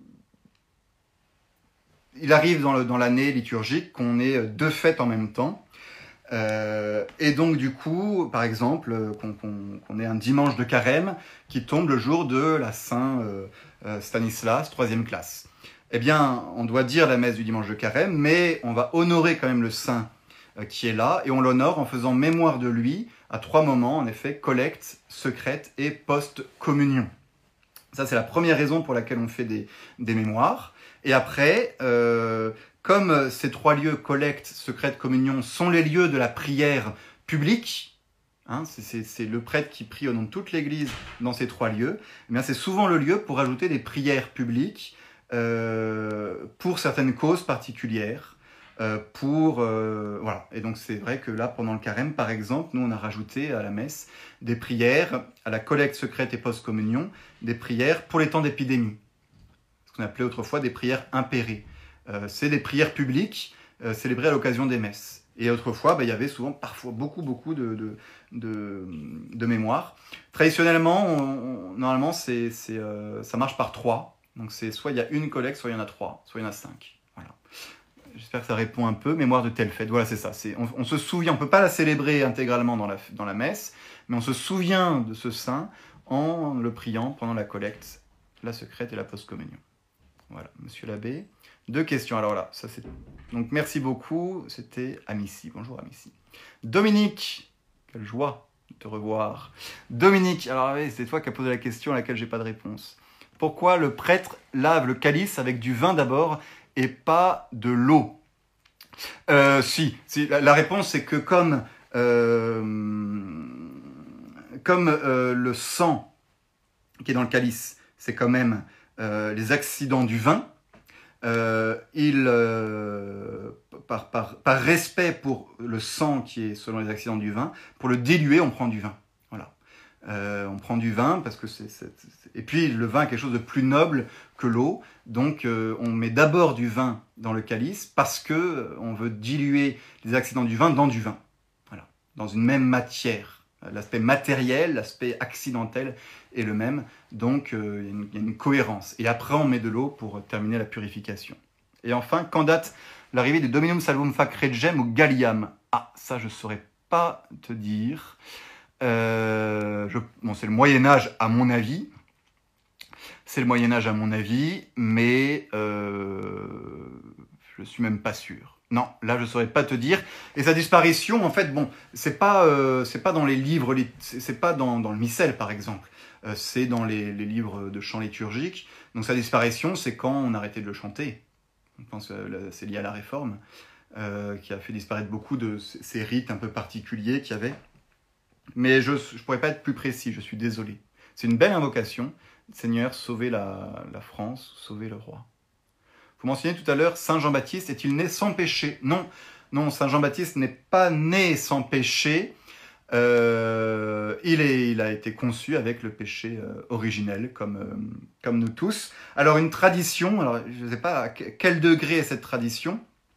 il arrive dans, le, dans l'année liturgique qu'on ait deux fêtes en même temps, Euh, et donc du coup, par exemple, qu'on, qu'on, qu'on ait un dimanche de carême qui tombe le jour de la Saint euh, euh, Stanislas, troisième classe. Eh bien, on doit dire la messe du dimanche de carême, mais on va honorer quand même le saint euh, qui est là, et on l'honore en faisant mémoire de lui à trois moments, en effet, collecte, secrète et post-communion. Ça, c'est la première raison pour laquelle on fait des, des mémoires. Et après... Euh, Comme ces trois lieux, collecte, secrète, communion, sont les lieux de la prière publique, hein, c'est, c'est, c'est le prêtre qui prie au nom de toute l'Église dans ces trois lieux, eh bien c'est souvent le lieu pour ajouter des prières publiques euh, pour certaines causes particulières. Euh, pour euh, voilà. Et donc c'est vrai que là, pendant le carême, par exemple, nous on a rajouté à la messe des prières, à la collecte secrète et post-communion, des prières pour les temps d'épidémie, ce qu'on appelait autrefois des prières impérées. Euh, c'est des prières publiques euh, célébrées à l'occasion des messes. Et autrefois, bah, il y avait souvent, parfois, beaucoup, beaucoup de, de, de, de mémoires. Traditionnellement, on, on, normalement, c'est, c'est, euh, ça marche par trois. Donc, c'est soit il y a une collecte, soit il y en a trois, soit il y en a cinq. Voilà. J'espère que ça répond un peu. Mémoire de telle fête. Voilà, c'est ça. C'est, on, on se souvient, on ne peut pas la célébrer intégralement dans la, dans la messe, mais on se souvient de ce saint en le priant pendant la collecte, la secrète et la post-communion. Voilà, monsieur l'abbé. Deux questions. Alors là, ça c'est... Donc merci beaucoup. C'était Amici. Bonjour Amici. Dominique, quelle joie de te revoir. Dominique, alors oui, c'est toi qui as posé la question à laquelle j'ai pas de réponse. Pourquoi le prêtre lave le calice avec du vin d'abord et pas de l'eau? euh, Si, si la, la réponse c'est que comme, euh, comme euh, le sang qui est dans le calice, c'est quand même euh, les accidents du vin, Euh, il, euh, par, par, par respect pour le sang qui est selon les accidents du vin, pour le diluer, on prend du vin. Voilà. Euh, on prend du vin parce que c'est, c'est, c'est... Et puis le vin est quelque chose de plus noble que l'eau, donc euh, on met d'abord du vin dans le calice parce que euh, on veut diluer les accidents du vin dans du vin. Voilà. Dans une même matière. L'aspect matériel, l'aspect accidentel est le même, donc euh, il y a une, il y a une cohérence. Et après, on met de l'eau pour terminer la purification. Et enfin, quand date l'arrivée du Dominum Salvum Fac Regem ou Galliam? Ah, ça, je ne saurais pas te dire. Euh, je, bon, c'est le Moyen-Âge, à mon avis. C'est le Moyen-Âge, à mon avis, mais euh, je ne suis même pas sûr. Non, là je saurais pas te dire. Et sa disparition, en fait, bon, c'est pas, euh, c'est pas dans les livres, c'est pas dans, dans le missel par exemple. Euh, c'est dans les, les livres de chant liturgique. Donc sa disparition, c'est quand on a arrêté de le chanter. Je pense que c'est lié à la Réforme, euh, qui a fait disparaître beaucoup de ces rites un peu particuliers qu'il y avait. Mais je ne pourrais pas être plus précis, je suis désolé. C'est une belle invocation Seigneur, sauvez la, la France, sauvez le roi. Vous mentionnez tout à l'heure, Saint Jean-Baptiste est-il né sans péché? Non, non, Saint Jean-Baptiste n'est pas né sans péché. Euh, il, est, il a été conçu avec le péché euh, originel, comme, euh, comme nous tous. Alors une tradition, alors, je ne sais pas à quel degré est cette tradition,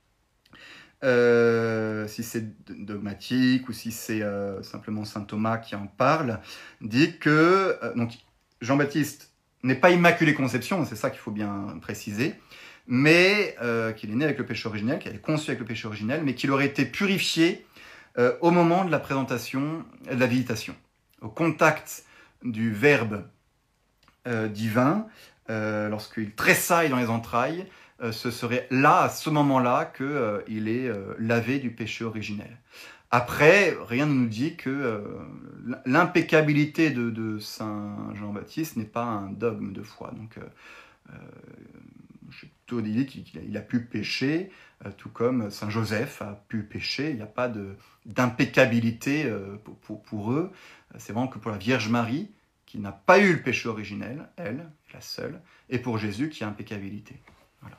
euh, si c'est dogmatique ou si c'est euh, simplement saint Thomas qui en parle, dit que euh, donc, Jean-Baptiste n'est pas immaculé conception, c'est ça qu'il faut bien préciser, mais euh, qu'il est né avec le péché originel, qu'il est conçu avec le péché originel, mais qu'il aurait été purifié euh, au moment de la présentation, de la visitation, au contact du Verbe euh, divin, euh, lorsqu'il tressaille dans les entrailles, euh, ce serait là, à ce moment-là, qu'il euh, est euh, lavé du péché originel. Après, rien ne nous dit que euh, l'impeccabilité de, de Saint Jean-Baptiste n'est pas un dogme de foi. Donc, euh, euh, je suis plutôt dit qu'il a, a pu pécher, euh, tout comme Saint Joseph a pu pécher. Il n'y a pas d'impeccabilité euh, pour, pour, pour eux. C'est vraiment que pour la Vierge Marie, qui n'a pas eu le péché originel, elle, la seule, et pour Jésus qui a impeccabilité. Voilà.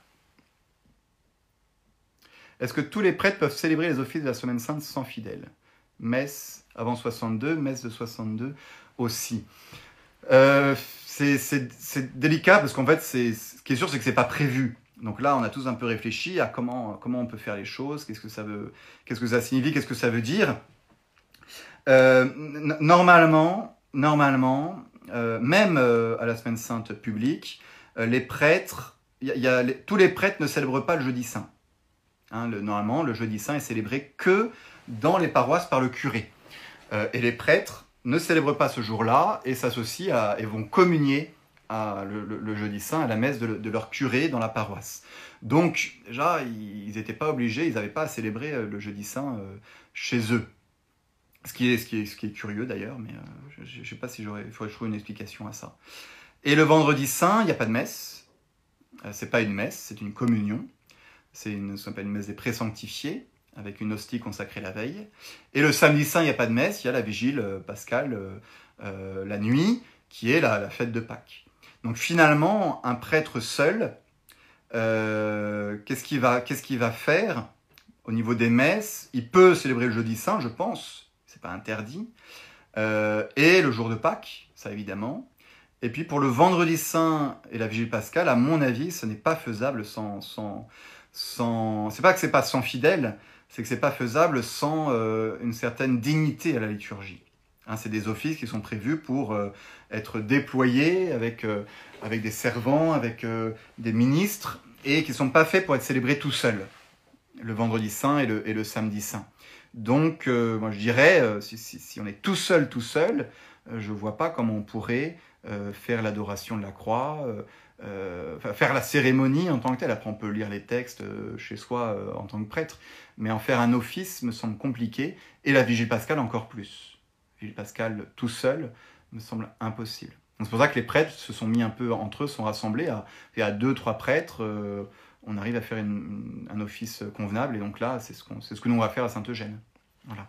Est-ce que tous les prêtres peuvent célébrer les offices de la Semaine Sainte sans fidèles? Messe avant soixante-deux, messe de soixante-deux aussi. Euh, c'est délicat parce qu'en fait, ce qui est sûr, c'est que c'est pas prévu. Donc là, on a tous un peu réfléchi à comment, comment on peut faire les choses, qu'est-ce que ça veut, qu'est-ce que ça signifie, qu'est-ce que ça veut dire. Euh, normalement, normalement, euh, même euh, à la Semaine Sainte publique, euh, les prêtres, y a, y a les, tous les prêtres ne célèbrent pas le Jeudi Saint. Hein, le, normalement, le Jeudi Saint est célébré que dans les paroisses par le curé. Euh, et les prêtres ne célèbrent pas ce jour-là et s'associent à, et vont communier à, le, le, le Jeudi Saint à la messe de, de leur curé dans la paroisse. Donc, déjà, ils n'étaient pas obligés, ils n'avaient pas à célébrer le Jeudi Saint euh, chez eux. Ce qui est, ce qui est, ce qui est curieux d'ailleurs, mais euh, je ne sais pas si j'aurais, il faudrait trouver une explication à ça. Et le Vendredi Saint, il n'y a pas de messe. Euh, c'est pas une messe, c'est une communion. C'est une, ce qu'on appelle une messe des présanctifiés, avec une hostie consacrée la veille. Et le Samedi Saint, il n'y a pas de messe, il y a la vigile euh, pascale, euh, euh, la nuit, qui est la, la fête de Pâques. Donc finalement, un prêtre seul, euh, qu'est-ce qu'il va, qu'est-ce qu'il va faire au niveau des messes? Il peut célébrer le Jeudi Saint, je pense, c'est pas interdit, euh, et le jour de Pâques, ça évidemment. Et puis pour le Vendredi Saint et la vigile pascale, à mon avis, ce n'est pas faisable sans... sans, sans... C'est pas que c'est pas sans fidèles, c'est que c'est pas faisable sans euh, une certaine dignité à la liturgie. Hein, c'est des offices qui sont prévus pour euh, être déployés avec, euh, avec des servants, avec euh, des ministres, et qui ne sont pas faits pour être célébrés tout seuls, le Vendredi Saint et le, et le Samedi Saint. Donc, euh, moi je dirais, euh, si, si, si on est tout seul, tout seul, euh, je ne vois pas comment on pourrait euh, faire l'adoration de la croix, euh, euh, faire la cérémonie en tant que telle. Après, on peut lire les textes euh, chez soi euh, en tant que prêtre, mais en faire un office me semble compliqué, et la Vigile Pascale encore plus. Vigile Pascale tout seul me semble impossible. C'est pour ça que les prêtres se sont mis un peu entre eux, sont rassemblés, à, et à deux, trois prêtres, euh, on arrive à faire une, un office convenable, et donc là, c'est ce, qu'on, c'est ce que nous on va faire à Saint-Eugène. Voilà.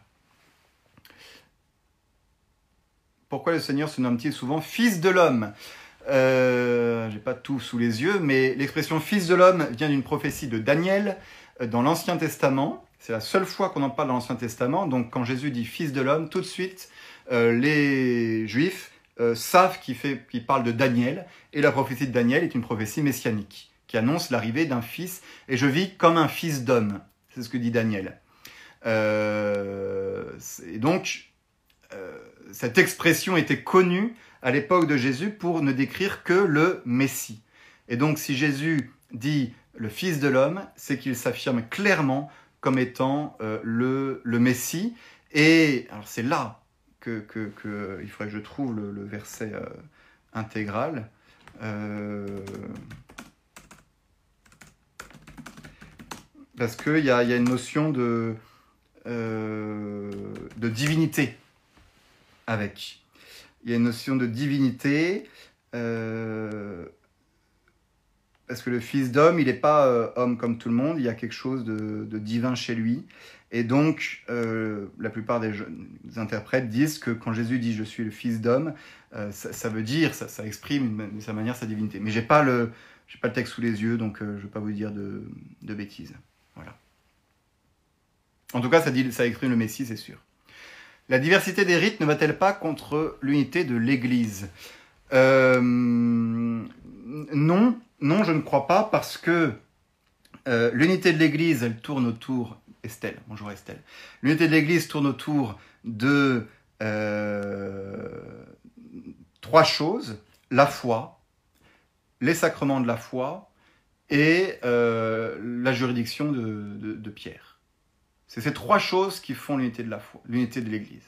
Pourquoi le Seigneur se nomme-t-il souvent Fils de l'homme? euh, J'ai pas tout sous les yeux, mais l'expression Fils de l'homme vient d'une prophétie de Daniel euh, dans l'Ancien Testament. C'est la seule fois qu'on en parle dans l'Ancien Testament. Donc quand Jésus dit Fils de l'homme, tout de suite, euh, les Juifs euh, savent qu'il, fait, qu'il parle de Daniel. Et la prophétie de Daniel est une prophétie messianique qui annonce l'arrivée d'un fils. Et je vis comme un fils d'homme. C'est ce que dit Daniel. Euh, et donc, euh, cette expression était connue à l'époque de Jésus pour ne décrire que le Messie. Et donc, si Jésus dit le Fils de l'homme, c'est qu'il s'affirme clairement comme étant euh, le, le Messie. Et alors c'est là que, que, que il faudrait que je trouve le, le verset euh, intégral. Euh, parce qu'il y a, y a une notion de, euh, de divinité avec. Il y a une notion de divinité, euh, parce que le Fils d'homme, il n'est pas euh, homme comme tout le monde, il y a quelque chose de, de divin chez lui. Et donc, euh, la plupart des, des interprètes disent que quand Jésus dit « je suis le fils d'homme euh, », ça, ça veut dire, ça, ça exprime de sa manière sa divinité. Mais je n'ai pas, pas le texte sous les yeux, donc euh, je ne vais pas vous dire de, de bêtises. Voilà. En tout cas, ça, dit, ça exprime le Messie, c'est sûr. La diversité des rites ne va-t-elle pas contre l'unité de l'Église ? euh, Non, non, je ne crois pas, parce que euh, l'unité de l'Église, elle tourne autour... Estelle, bonjour Estelle. L'unité de l'Église tourne autour de euh, trois choses, la foi, les sacrements de la foi et euh, la juridiction de, de, de Pierre. C'est ces trois choses qui font l'unité de la foi, l'unité de l'Église.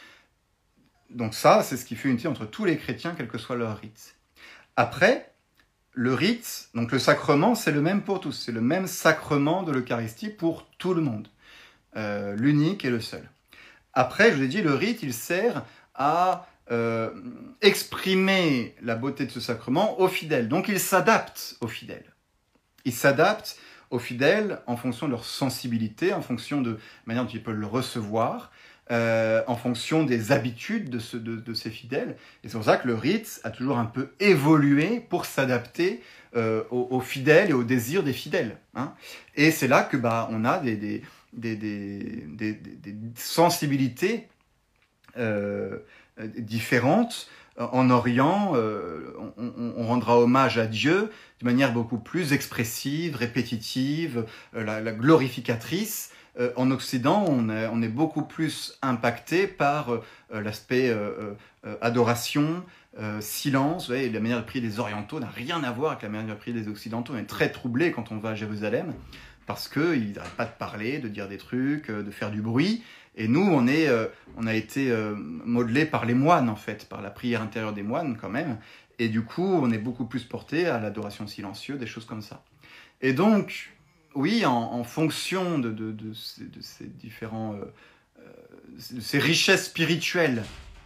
Donc ça, c'est ce qui fait l'unité entre tous les chrétiens, quel que soit leur rite. Après, le rite, donc le sacrement, c'est le même pour tous. C'est le même sacrement de l'Eucharistie pour tout le monde. Euh, l'unique et le seul. Après, je vous ai dit, le rite, il sert à euh, exprimer la beauté de ce sacrement aux fidèles. Donc, il s'adapte aux fidèles. Il s'adapte aux fidèles en fonction de leur sensibilité, en fonction de la manière dont ils peuvent le recevoir, euh, en fonction des habitudes de, ce, de, de ces fidèles. Et c'est pour ça que le rite a toujours un peu évolué pour s'adapter euh, aux, aux fidèles et aux désirs des fidèles. Hein. Et c'est là que bah, on a des, des, des, des, des, des, des sensibilités euh, différentes. En Orient, euh, on, on rendra hommage à Dieu de manière beaucoup plus expressive, répétitive, euh, la, la glorificatrice. Euh, en Occident, on est, on est beaucoup plus impacté par euh, l'aspect euh, euh, adoration, euh, silence. Vous voyez, la manière de prier des Orientaux n'a rien à voir avec la manière de prier des Occidentaux. On est très troublé quand on va à Jérusalem parce qu'ils n'arrêtent pas de parler, de dire des trucs, de faire du bruit. Et nous, on, est, euh, on a été euh, modelés par les moines, en fait, par la prière intérieure des moines, quand même. Et du coup, on est beaucoup plus porté à l'adoration silencieuse, des choses comme ça. Et donc, oui, en, en fonction de, de, de, ces, de ces différents... Euh, euh, ces richesses spirituelles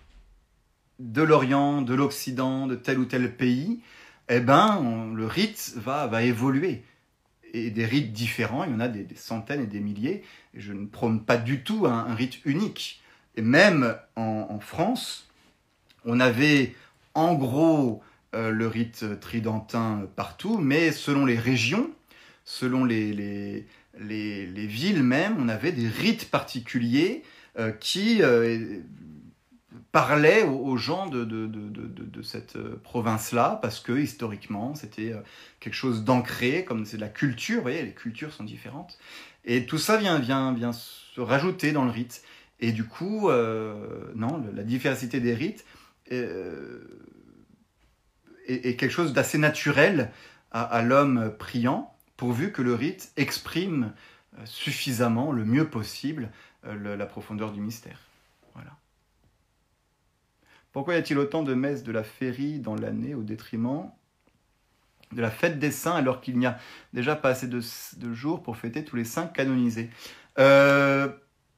de l'Orient, de l'Occident, de tel ou tel pays, eh ben, on, le rite va, va évoluer. Et des rites différents, il y en a des, des centaines et des milliers. Et je ne prône pas du tout un, un rite unique. Et même en, en France, on avait en gros euh, le rite tridentin partout, mais selon les régions, selon les, les, les, les villes même, on avait des rites particuliers euh, qui euh, parlaient aux, aux gens de, de, de, de, de cette province-là, parce que historiquement, c'était quelque chose d'ancré, comme c'est de la culture, vous voyez, les cultures sont différentes. Et tout ça vient, vient, vient se rajouter dans le rite. Et du coup, euh, non, la diversité des rites euh, est, est quelque chose d'assez naturel à, à l'homme priant, pourvu que le rite exprime suffisamment, le mieux possible, le, la profondeur du mystère. Voilà. Pourquoi y a-t-il autant de messes de la féerie dans l'année au détriment de la fête des saints alors qu'il n'y a déjà pas assez de, de jours pour fêter tous les saints canonisés? euh,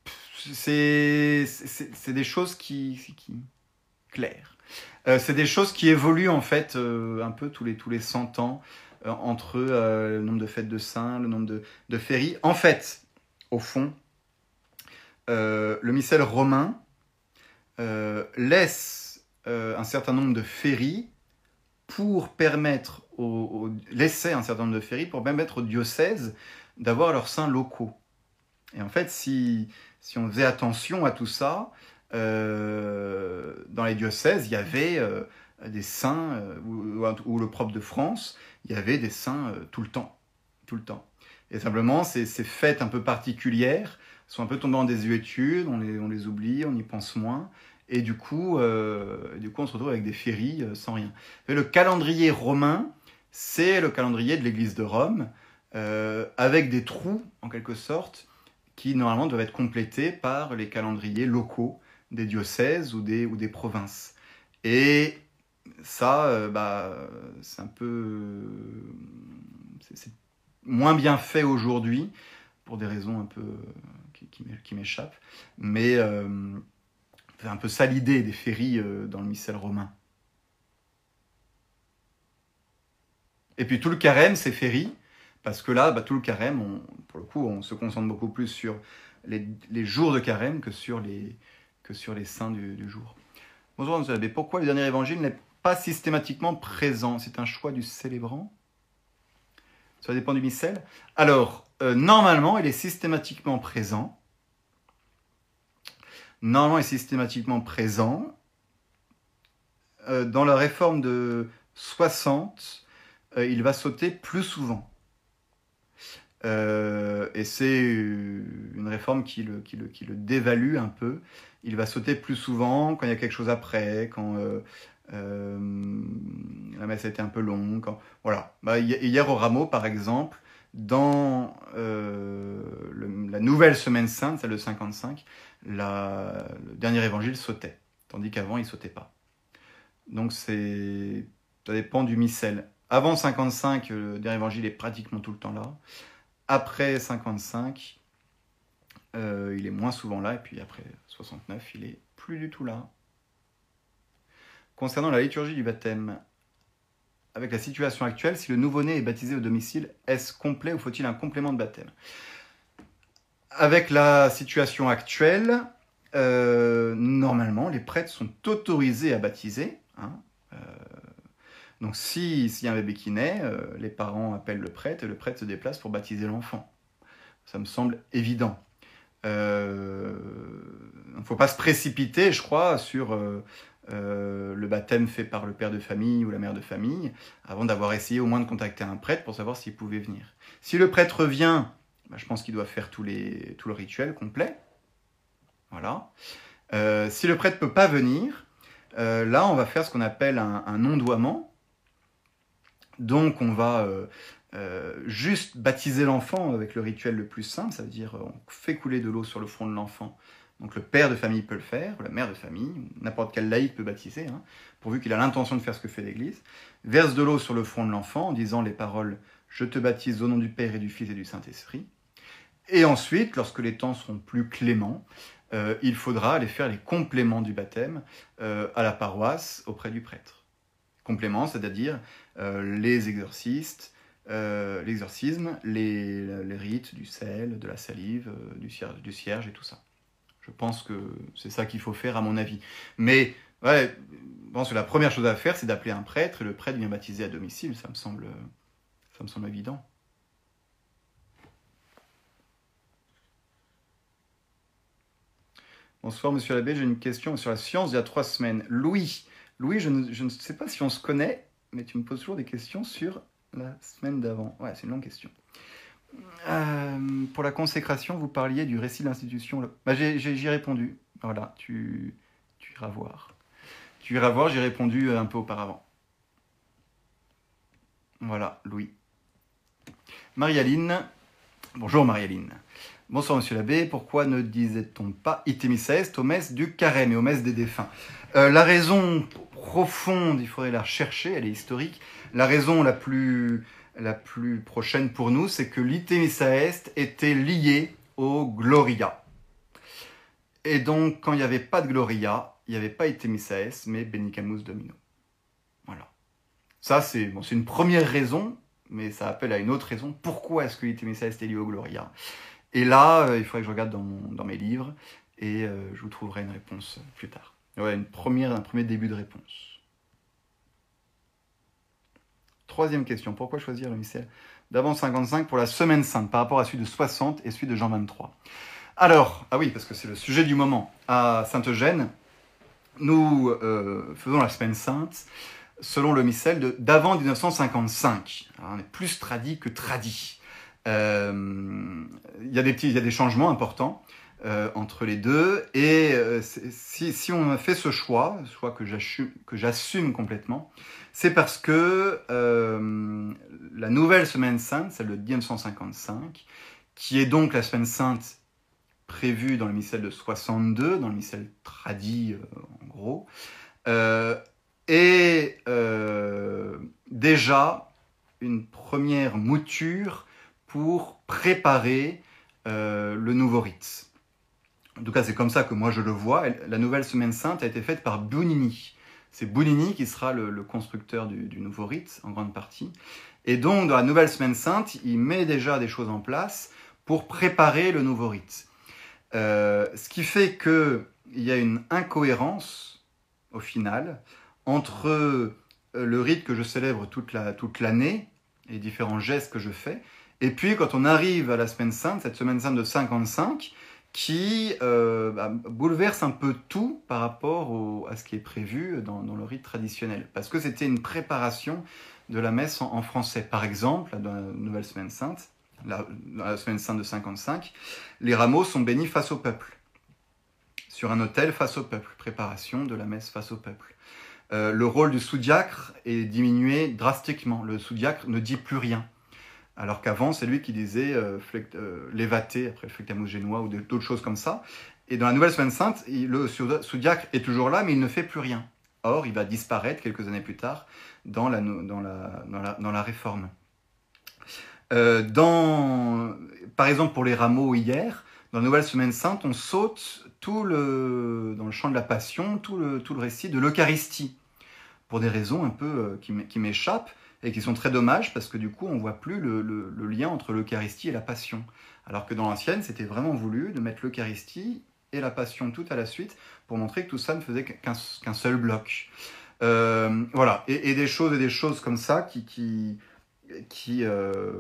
c'est, c'est, c'est des choses qui... qui claires. Euh, c'est des choses qui évoluent en fait euh, un peu tous les, tous les cent ans euh, entre euh, le nombre de fêtes de saints, le nombre de, de féeries. En fait, au fond, euh, le missel romain euh, laisse Euh, un certain nombre de féeries pour permettre aux, aux, laisser un certain nombre de féeries pour permettre aux diocèses d'avoir leurs saints locaux. Et en fait, si, si on faisait attention à tout ça, euh, dans les diocèses, il y avait euh, des saints, euh, ou, ou le propre de France, il y avait des saints euh, tout le temps, tout le temps. Et simplement, ces, ces fêtes un peu particulières sont un peu tombées en désuétude, on les, on les oublie, on y pense moins. Et du coup, euh, du coup, on se retrouve avec des féeries euh, sans rien. Et le calendrier romain, c'est le calendrier de l'Église de Rome, euh, avec des trous, en quelque sorte, qui normalement doivent être complétés par les calendriers locaux des diocèses ou des, ou des provinces. Et ça, euh, bah, c'est un peu... C'est, c'est moins bien fait aujourd'hui, pour des raisons un peu qui, qui, qui m'échappent. Mais... Euh, c'est un peu ça l'idée des féeries euh, dans le missel romain. Et puis tout le carême, c'est féerie, parce que là, bah, tout le carême, on, pour le coup, on se concentre beaucoup plus sur les, les jours de carême que sur les, que sur les saints du, du jour. Bonjour, monsieur l'abbé. Pourquoi le dernier évangile n'est pas systématiquement présent? C'est un choix du célébrant? Ça dépend du missel. Alors, euh, normalement, il est systématiquement présent. Normalement, il est systématiquement présent. Euh, dans la réforme de soixante, euh, il va sauter plus souvent. Euh, et c'est une réforme qui le, qui, le, qui le dévalue un peu. Il va sauter plus souvent quand il y a quelque chose après, quand euh, euh, la messe a été un peu longue. Quand, voilà. Bah, hier au rameau, par exemple, dans euh, le, la nouvelle semaine sainte, celle de cinquante-cinq, la, le dernier évangile sautait, tandis qu'avant il ne sautait pas. Donc c'est, ça dépend du missel. Avant cinquante-cinq, le dernier évangile est pratiquement tout le temps là. Après cinquante-cinq, euh, il est moins souvent là. Et puis après soixante-neuf, il est plus du tout là. Concernant la liturgie du baptême, avec la situation actuelle, si le nouveau-né est baptisé au domicile, est-ce complet ou faut-il un complément de baptême? Avec la situation actuelle, euh, normalement, les prêtres sont autorisés à baptiser. Hein, euh, Donc, si, s'il y a un bébé qui naît, euh, les parents appellent le prêtre et le prêtre se déplace pour baptiser l'enfant. Ça me semble évident. Euh, il ne faut pas se précipiter, je crois, sur euh, euh, le baptême fait par le père de famille ou la mère de famille, avant d'avoir essayé au moins de contacter un prêtre pour savoir s'il pouvait venir. Si le prêtre vient, bah, je pense qu'il doit faire tous les, tout le rituel complet. Voilà. Euh, si le prêtre ne peut pas venir, euh, là, on va faire ce qu'on appelle un, un ondoiement. Donc, on va euh, euh, juste baptiser l'enfant avec le rituel le plus simple, ça veut dire on fait couler de l'eau sur le front de l'enfant. Donc, le père de famille peut le faire, ou la mère de famille, n'importe quel laïc peut baptiser, hein, pourvu qu'il a l'intention de faire ce que fait l'Église. Verse de l'eau sur le front de l'enfant en disant les paroles « Je te baptise au nom du Père et du Fils et du Saint-Esprit ». Et ensuite, lorsque les temps seront plus cléments, euh, il faudra aller faire les compléments du baptême euh, à la paroisse auprès du prêtre. Compléments, c'est-à-dire euh, les exorcistes, euh, l'exorcisme, les, les rites du sel, de la salive, euh, du, cierge, du cierge et tout ça. Je pense que c'est ça qu'il faut faire à mon avis. Mais ouais, je pense que la première chose à faire, c'est d'appeler un prêtre et le prêtre vient baptiser à domicile. Ça me semble, ça me semble évident. Bonsoir, monsieur l'abbé, j'ai une question sur la science il y a trois semaines. Louis, Louis, je ne, je ne sais pas si on se connaît, mais tu me poses toujours des questions sur la semaine d'avant. Ouais, c'est une longue question. Euh, pour la consécration, vous parliez du récit de l'institution. Bah, j'ai, j'ai, j'y ai répondu. Voilà, tu, tu iras voir. Tu iras voir, j'ai répondu un peu auparavant. Voilà, Louis. Marie-Aline. Bonjour Marie-Aline. Bonsoir monsieur l'abbé, pourquoi ne disait-on pas Itemis est aux messes du carême et aux messes des défunts? euh, La raison profonde, il faudrait la rechercher, elle est historique. La raison la plus, la plus prochaine pour nous, c'est que l'Itemis est était lié au Gloria. Et donc, quand il n'y avait pas de Gloria, il n'y avait pas Itemis est, mais Bendicamus Domino. Voilà. Ça, c'est bon, c'est une première raison, mais ça appelle à une autre raison. Pourquoi est-ce que l'Itemis est est lié au Gloria? Et là, euh, il faudrait que je regarde dans, mon, dans mes livres et euh, je vous trouverai une réponse plus tard. Ouais, une première, un premier début de réponse. Troisième question, pourquoi choisir le missel d'avant cinquante-cinq pour la semaine sainte par rapport à celui de soixante et celui de Jean vingt-trois? Alors, ah oui, parce que c'est le sujet du moment. À Saint-Eugène, nous euh, faisons la semaine sainte selon le missel de, d'avant mille neuf cent cinquante-cinq. Alors, on est plus tradit que tradit. Euh, il y a des petits, il y a des changements importants euh, entre les deux, et euh, si, si on a fait ce choix, ce choix que j'assume, que j'assume complètement, c'est parce que euh, la nouvelle semaine sainte, celle de mille neuf cent cinquante-cinq, qui est donc la semaine sainte prévue dans le missel de soixante-deux, dans le missel tradit euh, en gros, euh, est euh, déjà une première mouture pour préparer euh, le nouveau rite. En tout cas, c'est comme ça que moi je le vois. La nouvelle semaine sainte a été faite par Bugnini. C'est Bugnini qui sera le, le constructeur du, du nouveau rite, en grande partie. Et donc, dans la nouvelle semaine sainte, il met déjà des choses en place pour préparer le nouveau rite. Euh, ce qui fait qu'il y a une incohérence, au final, entre euh, le rite que je célèbre toute la, toute l'année, et les différents gestes que je fais, et puis quand on arrive à la semaine sainte, cette semaine sainte de cinquante-cinq, qui euh, bah, bouleverse un peu tout par rapport au, à ce qui est prévu dans, dans le rite traditionnel. Parce que c'était une préparation de la messe en, en français. Par exemple, dans la nouvelle semaine sainte, la, dans la semaine sainte de cinquante-cinq, les rameaux sont bénis face au peuple. Sur un autel face au peuple. Préparation de la messe face au peuple. Euh, le rôle du sous-diacre est diminué drastiquement. Le sous-diacre ne dit plus rien. Alors qu'avant, c'est lui qui disait euh, euh, l'évaté, après le flectamus génois ou d'autres choses comme ça. Et dans la nouvelle semaine sainte, il, le sous-diacre est toujours là, mais il ne fait plus rien. Or, il va disparaître quelques années plus tard dans la, dans la, dans la, dans la réforme. Euh, dans, par exemple, pour les rameaux hier, dans la nouvelle semaine sainte, on saute tout le, dans le champ de la passion, tout le, tout le récit de l'Eucharistie, pour des raisons un peu euh, qui m'échappent, et qui sont très dommages parce que du coup on ne voit plus le, le, le lien entre l'Eucharistie et la Passion. Alors que dans l'ancienne, c'était vraiment voulu de mettre l'Eucharistie et la Passion tout à la suite pour montrer que tout ça ne faisait qu'un qu'un seul bloc. Euh, voilà, et, et des choses et des choses comme ça qui, qui, qui, euh,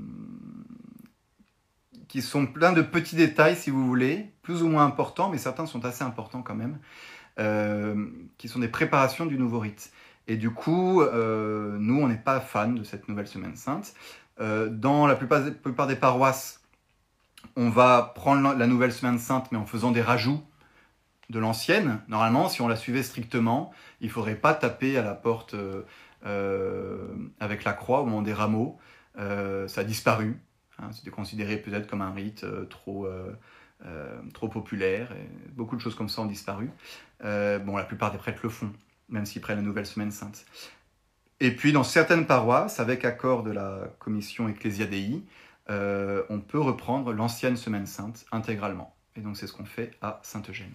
qui sont plein de petits détails, si vous voulez, plus ou moins importants, mais certains sont assez importants quand même, euh, qui sont des préparations du nouveau rite. Et du coup, euh, nous, on n'est pas fans de cette nouvelle semaine sainte. Euh, dans la plupart, la plupart des paroisses, on va prendre la nouvelle semaine sainte, mais en faisant des rajouts de l'ancienne. Normalement, si on la suivait strictement, il ne faudrait pas taper à la porte euh, euh, avec la croix au moment des rameaux. Euh, ça a disparu. Hein, c'était considéré peut-être comme un rite euh, trop, euh, euh, trop populaire. Et beaucoup de choses comme ça ont disparu. Euh, bon, la plupart des prêtres le font, même s'ils prennent la nouvelle semaine sainte. Et puis, dans certaines paroisses, avec accord de la commission Ecclesia Dei, euh, on peut reprendre l'ancienne semaine sainte intégralement. Et donc, c'est ce qu'on fait à Saint-Eugène.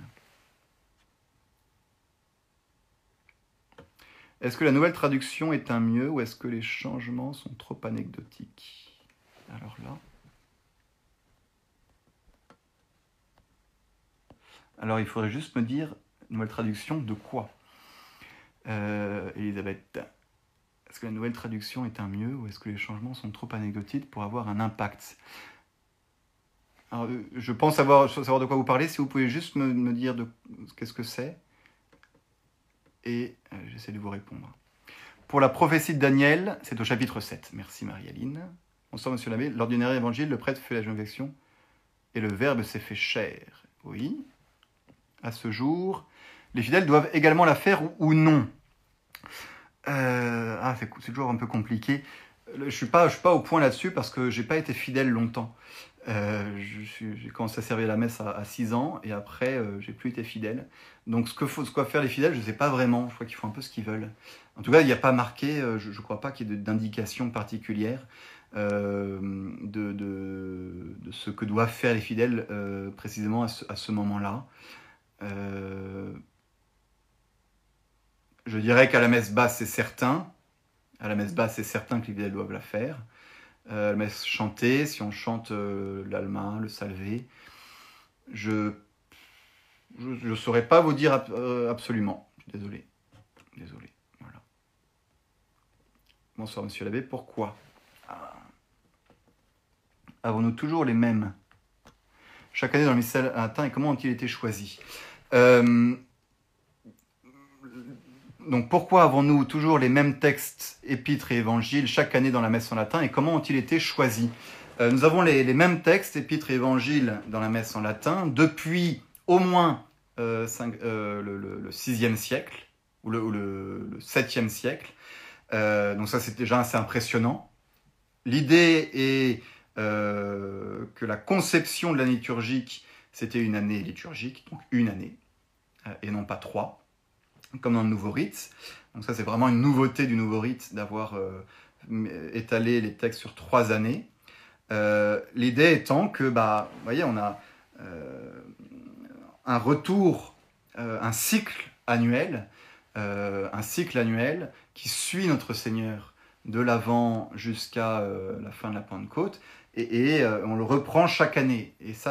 Est-ce que la nouvelle traduction est un mieux ou est-ce que les changements sont trop anecdotiques? Alors là... Alors, il faudrait juste me dire, nouvelle traduction de quoi? Euh, Elisabeth, est-ce que la nouvelle traduction est un mieux ou est-ce que les changements sont trop anecdotiques pour avoir un impact? Alors, je pense savoir, savoir de quoi vous parlez. Si vous pouvez juste me, me dire de qu'est-ce que c'est. Et euh, j'essaie de vous répondre. Pour la prophétie de Daniel, c'est au chapitre sept. Merci Marie-Aline. Bonsoir Monsieur l'abbé. Lors du dernier évangile, le prêtre fait la génération et le Verbe s'est fait chair. Oui. À ce jour, les fidèles doivent également la faire ou, ou non. Euh, ah, c'est toujours un peu compliqué. Je ne suis pas, je suis pas au point là-dessus parce que je n'ai pas été fidèle longtemps. Euh, j'ai commencé à servir la messe à, à six ans et après, euh, j'ai plus été fidèle. Donc, ce que faut, ce que doivent faire les fidèles, je ne sais pas vraiment. Je crois qu'ils font un peu ce qu'ils veulent. En tout cas, il n'y a pas marqué, euh, je ne crois pas qu'il y ait d'indication particulière euh, de, de, de ce que doivent faire les fidèles euh, précisément à ce, à ce moment-là. Euh, je dirais qu'à la messe basse, c'est certain. À la messe basse, c'est certain que les fidèles doivent la faire. Euh, la messe chantée, si on chante euh, l'Alma, le Salvé, je ne saurais pas vous dire ab euh, absolument. Désolé. Désolé. Voilà. Bonsoir, Monsieur l'abbé. Pourquoi ah. Avons-nous toujours les mêmes chaque année dans le missel latin et comment ont-ils été choisis? euh, Donc pourquoi avons-nous toujours les mêmes textes, épîtres et évangiles chaque année dans la messe en latin et comment ont-ils été choisis? euh, Nous avons les, les mêmes textes, épîtres et évangiles dans la messe en latin depuis au moins euh, cinq, euh, le, le, le sixième siècle ou le, ou le, le septième siècle. Euh, donc ça c'est déjà assez impressionnant. L'idée est euh, que la conception de la liturgique, c'était une année liturgique, donc une année, euh, et non pas trois. Comme dans le nouveau rite. Donc ça, c'est vraiment une nouveauté du nouveau rite d'avoir euh, étalé les textes sur trois années. Euh, L'idée étant que, bah, vous voyez, on a euh, un retour, euh, un cycle annuel, euh, un cycle annuel qui suit notre Seigneur de l'Avent jusqu'à euh, la fin de la Pentecôte, et, et euh, on le reprend chaque année. Et ça, c'est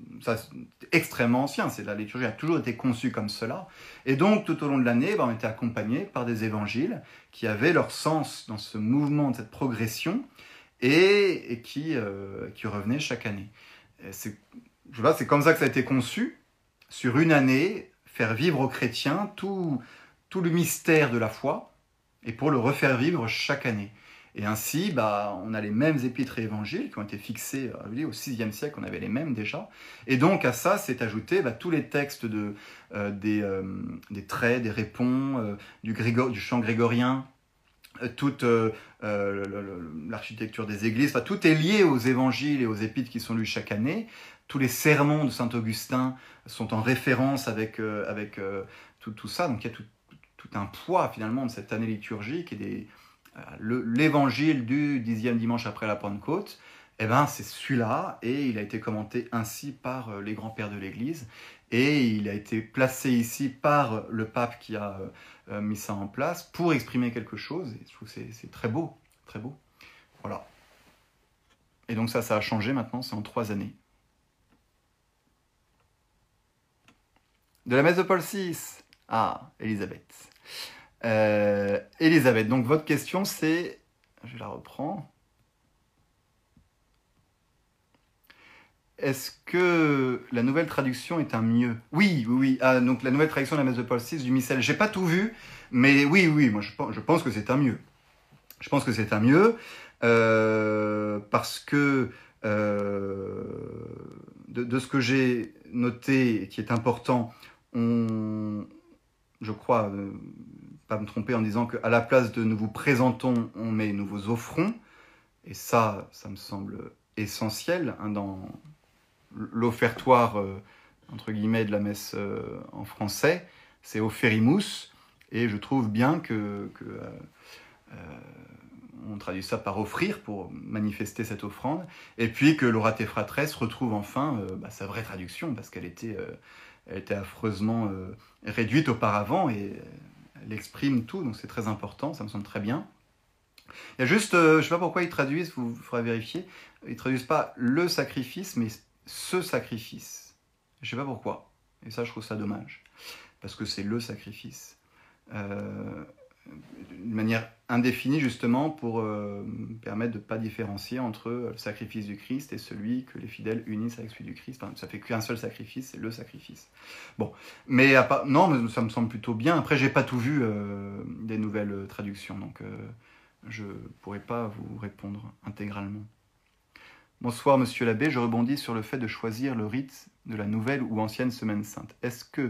ça, c'est extrêmement ancien, c'est, la liturgie a toujours été conçue comme cela. Et donc, tout au long de l'année, ben, on était accompagnés par des évangiles qui avaient leur sens dans ce mouvement, de cette progression, et, et qui, euh, qui revenaient chaque année. C'est, je sais pas, c'est comme ça que ça a été conçu, sur une année, faire vivre aux chrétiens tout, tout le mystère de la foi, et pour le refaire vivre chaque année. Et ainsi, bah, on a les mêmes épîtres et évangiles qui ont été fixés euh, au sixième siècle, on avait les mêmes déjà. Et donc à ça, s'est ajouté bah, tous les textes de, euh, des, euh, des traits, des répons, euh, du, grégor, du chant grégorien, euh, toute euh, euh, le, le, l'architecture des églises, enfin, tout est lié aux évangiles et aux épîtres qui sont lus chaque année. Tous les sermons de saint Augustin sont en référence avec, euh, avec euh, tout, tout ça. Donc il y a tout, tout un poids finalement de cette année liturgique et des... Le, l'évangile du dixième dimanche après la Pentecôte, eh ben, c'est celui-là, et il a été commenté ainsi par les grands-pères de l'Église, et il a été placé ici par le pape qui a euh, mis ça en place pour exprimer quelque chose, et je trouve que c'est, c'est très beau, très beau. Voilà. Et donc ça, ça a changé maintenant, c'est en trois années. De la messe de Paul six. Ah, Élisabeth. Euh, Elisabeth, donc votre question c'est, je la reprends. Est-ce que la nouvelle traduction est un mieux? Oui, oui, oui. Ah, donc la nouvelle traduction de la messe de Paul six du missel. J'ai pas tout vu, mais oui, oui, moi je, je pense que c'est un mieux. Je pense que c'est un mieux euh, parce que euh, de, de ce que j'ai noté et qui est important, on, je crois. Euh, pas me tromper en disant qu'à la place de nous vous présentons, on met nous vous offrons. Et ça, ça me semble essentiel hein, dans l'offertoire, euh, entre guillemets, de la messe euh, en français. C'est offerimus. Et je trouve bien que, que euh, euh, on traduit ça par offrir pour manifester cette offrande. Et puis que l'Orate Fratres retrouve enfin euh, bah, sa vraie traduction parce qu'elle était, euh, elle était affreusement euh, réduite auparavant et elle exprime tout, donc c'est très important, ça me semble très bien. Il y a juste, euh, je ne sais pas pourquoi ils traduisent, il faudra vérifier, ils ne traduisent pas le sacrifice, mais ce sacrifice. Je ne sais pas pourquoi, et ça je trouve ça dommage, parce que c'est le sacrifice. Euh, d'une manière indéfinie justement pour euh, permettre de ne pas différencier entre le sacrifice du Christ et celui que les fidèles unissent avec celui du Christ. Enfin, ça fait qu'un seul sacrifice, c'est le sacrifice. Bon, mais à part, non, mais ça me semble plutôt bien. Après, j'ai pas tout vu euh, des nouvelles traductions, donc euh, je pourrais pas vous répondre intégralement. Bonsoir Monsieur l'abbé, je rebondis sur le fait de choisir le rite de la nouvelle ou ancienne Semaine Sainte. Est-ce que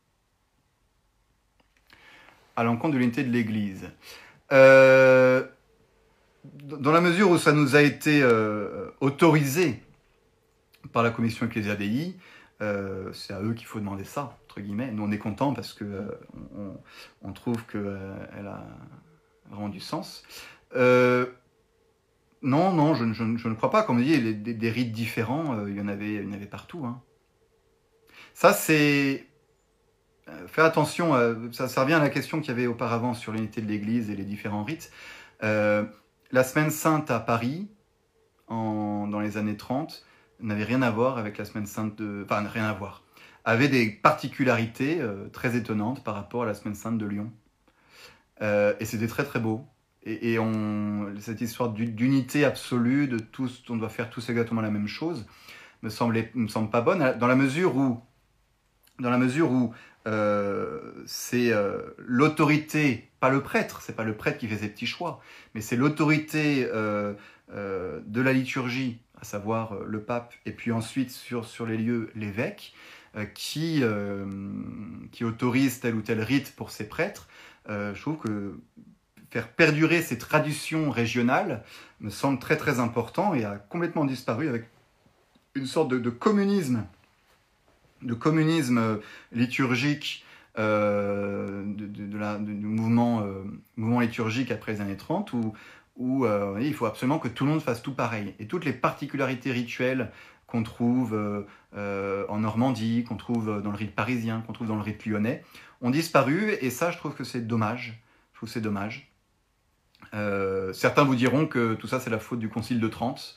à l'encontre de l'unité de l'Église. Euh, dans la mesure où ça nous a été euh, autorisé par la commission Ecclesia Dei, euh, c'est à eux qu'il faut demander ça, entre guillemets. Nous, on est contents parce qu'on euh, on, on trouve qu'elle euh, a vraiment du sens. Euh, non, non, je, je, je ne crois pas. Comme vous dites, des, des rites différents, euh, il y en avait, il y en avait partout. Hein. Ça, c'est... Faire attention, ça, ça revient à la question qu'il y avait auparavant sur l'unité de l'Église et les différents rites. Euh, la Semaine Sainte à Paris, en, dans les années trente, n'avait rien à voir avec la Semaine Sainte de... Enfin, rien à voir. Avait des particularités euh, très étonnantes par rapport à la Semaine Sainte de Lyon. Euh, et c'était très très beau. Et, et on, cette histoire d'unité absolue, de tous, on doit faire tous exactement la même chose, me semblait, me semble pas bonne, dans la mesure où, dans la mesure où Euh, c'est euh, l'autorité, pas le prêtre, c'est pas le prêtre qui fait ses petits choix, mais c'est l'autorité euh, euh, de la liturgie, à savoir euh, le pape, et puis ensuite sur, sur les lieux, l'évêque, euh, qui, euh, qui autorise tel ou tel rite pour ses prêtres. Euh, je trouve que faire perdurer ces traditions régionales me semble très très important et a complètement disparu avec une sorte de, de communisme de communisme liturgique euh, de, de, de la, de, du mouvement, euh, mouvement liturgique après les années trente, où, où euh, il faut absolument que tout le monde fasse tout pareil. Et toutes les particularités rituelles qu'on trouve euh, euh, en Normandie, qu'on trouve dans le rite parisien, qu'on trouve dans le rite lyonnais, ont disparu, et ça, je trouve que c'est dommage. Je trouve que c'est dommage. Euh, certains vous diront que tout ça, c'est la faute du Concile de Trente.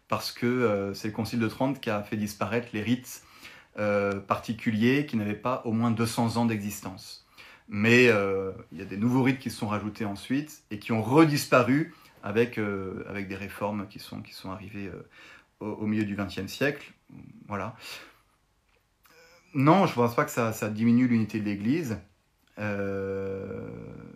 parce que euh, c'est le Concile de Trente qui a fait disparaître les rites euh, particuliers qui n'avaient pas au moins deux cents ans d'existence. Mais euh, il y a des nouveaux rites qui se sont rajoutés ensuite et qui ont redisparu avec, euh, avec des réformes qui sont, qui sont arrivées euh, au, au milieu du vingtième siècle. Voilà. Non, je ne pense pas que ça, ça diminue l'unité de l'Église. Euh,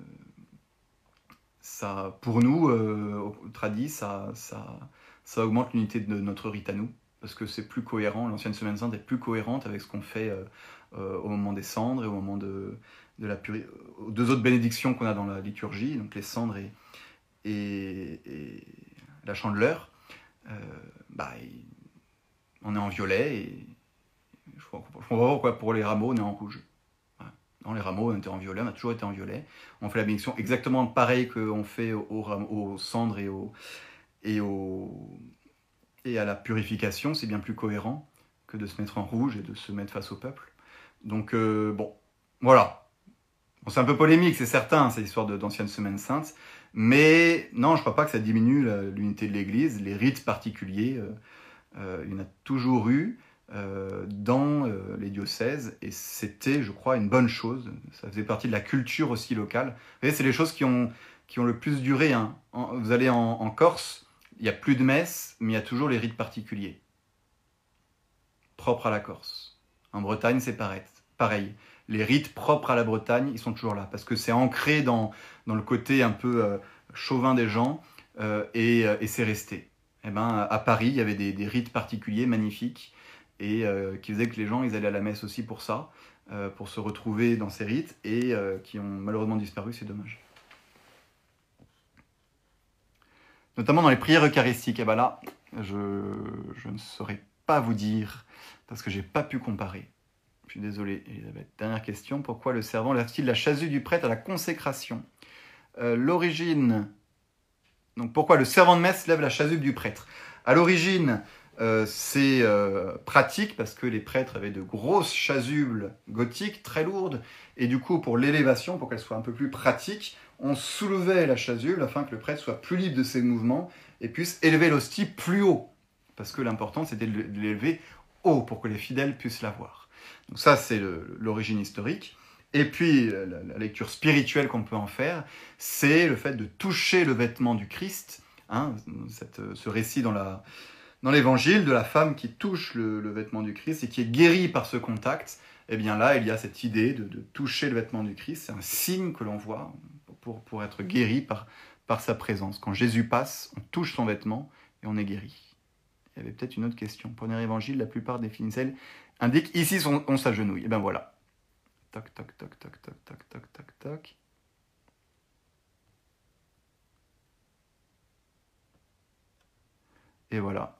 ça, pour nous, euh, au tradit, ça, ça, ça augmente l'unité de notre rite à nous, parce que c'est plus cohérent, l'ancienne Semaine Sainte est plus cohérente avec ce qu'on fait euh, euh, au moment des cendres et au moment de, de la puri... aux deux autres bénédictions qu'on a dans la liturgie, donc les cendres et, et, et la chandeleur. Euh, bah, on est en violet et je comprends pas pourquoi pour les rameaux on est en rouge. Voilà. Non, les rameaux on était en violet, on a toujours été en violet. On fait la bénédiction exactement pareil qu'on fait aux, aux cendres et, aux, et, aux, et à la purification. C'est bien plus cohérent que de se mettre en rouge et de se mettre face au peuple. Donc euh, bon, voilà. Bon, c'est un peu polémique, c'est certain, c'est l'histoire d'ancienne Semaine Sainte. Mais non, je ne crois pas que ça diminue l'unité de l'Église. Les rites particuliers, euh, euh, il y en a toujours eu. Euh, dans euh, les diocèses, et c'était, je crois, une bonne chose. Ça faisait partie de la culture aussi locale. Vous voyez, c'est les choses qui ont, qui ont le plus duré. Hein. En, vous allez en, en Corse, il n'y a plus de messe, mais il y a toujours les rites particuliers, propres à la Corse. En Bretagne, c'est pareil. pareil. Les rites propres à la Bretagne, ils sont toujours là, parce que c'est ancré dans, dans le côté un peu euh, chauvin des gens, euh, et, et c'est resté. Et ben, à Paris, il y avait des, des rites particuliers, magnifiques, et euh, qui faisait que les gens ils allaient à la messe aussi pour ça, euh, pour se retrouver dans ces rites, et euh, qui ont malheureusement disparu, c'est dommage. Notamment dans les prières eucharistiques, et ben là, je, je ne saurais pas vous dire, parce que j'ai pas pu comparer. Je suis désolé, Elisabeth. Dernière question, pourquoi le servant lève-t-il la chasuble du prêtre à la consécration? euh, L'origine... Donc pourquoi le servant de messe lève la chasuble du prêtre? À l'origine, Euh, c'est euh, pratique parce que les prêtres avaient de grosses chasubles gothiques très lourdes et du coup pour l'élévation, pour qu'elle soit un peu plus pratique, on soulevait la chasuble afin que le prêtre soit plus libre de ses mouvements et puisse élever l'hostie plus haut, parce que l'important c'était de l'élever haut pour que les fidèles puissent la voir. Donc ça c'est l'origine historique. Et puis la, la lecture spirituelle qu'on peut en faire, c'est le fait de toucher le vêtement du Christ, hein, cette, ce récit dans la Dans l'évangile de la femme qui touche le, le vêtement du Christ et qui est guérie par ce contact, eh bien là, il y a cette idée de, de toucher le vêtement du Christ. C'est un signe que l'on voit pour, pour être guéri par, par sa présence. Quand Jésus passe, on touche son vêtement et on est guéri. Il y avait peut-être une autre question. Premier évangile, la plupart des finicelles indiquent ici on, on s'agenouille. Et bien voilà. Toc, toc, toc, toc, toc, toc, toc, toc, toc. Et voilà.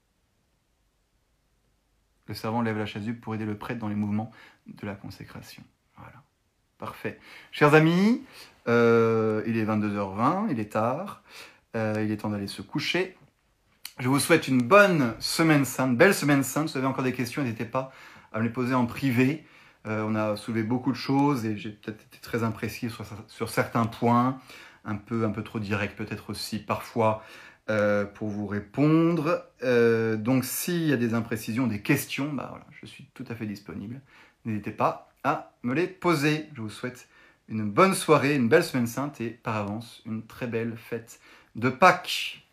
Le servant lève la chasuble pour aider le prêtre dans les mouvements de la consécration. Voilà. Parfait. Chers amis, euh, il est vingt-deux heures vingt, il est tard, euh, il est temps d'aller se coucher. Je vous souhaite une bonne semaine sainte, belle semaine sainte. Si vous avez encore des questions, n'hésitez pas à me les poser en privé. Euh, on a soulevé beaucoup de choses et j'ai peut-être été très imprécis sur, sur certains points, un peu, un peu trop direct peut-être aussi parfois. Euh, pour vous répondre. Euh, donc s'il y a des imprécisions, des questions, bah voilà, je suis tout à fait disponible. N'hésitez pas à me les poser. Je vous souhaite une bonne soirée, une belle semaine sainte et par avance, une très belle fête de Pâques.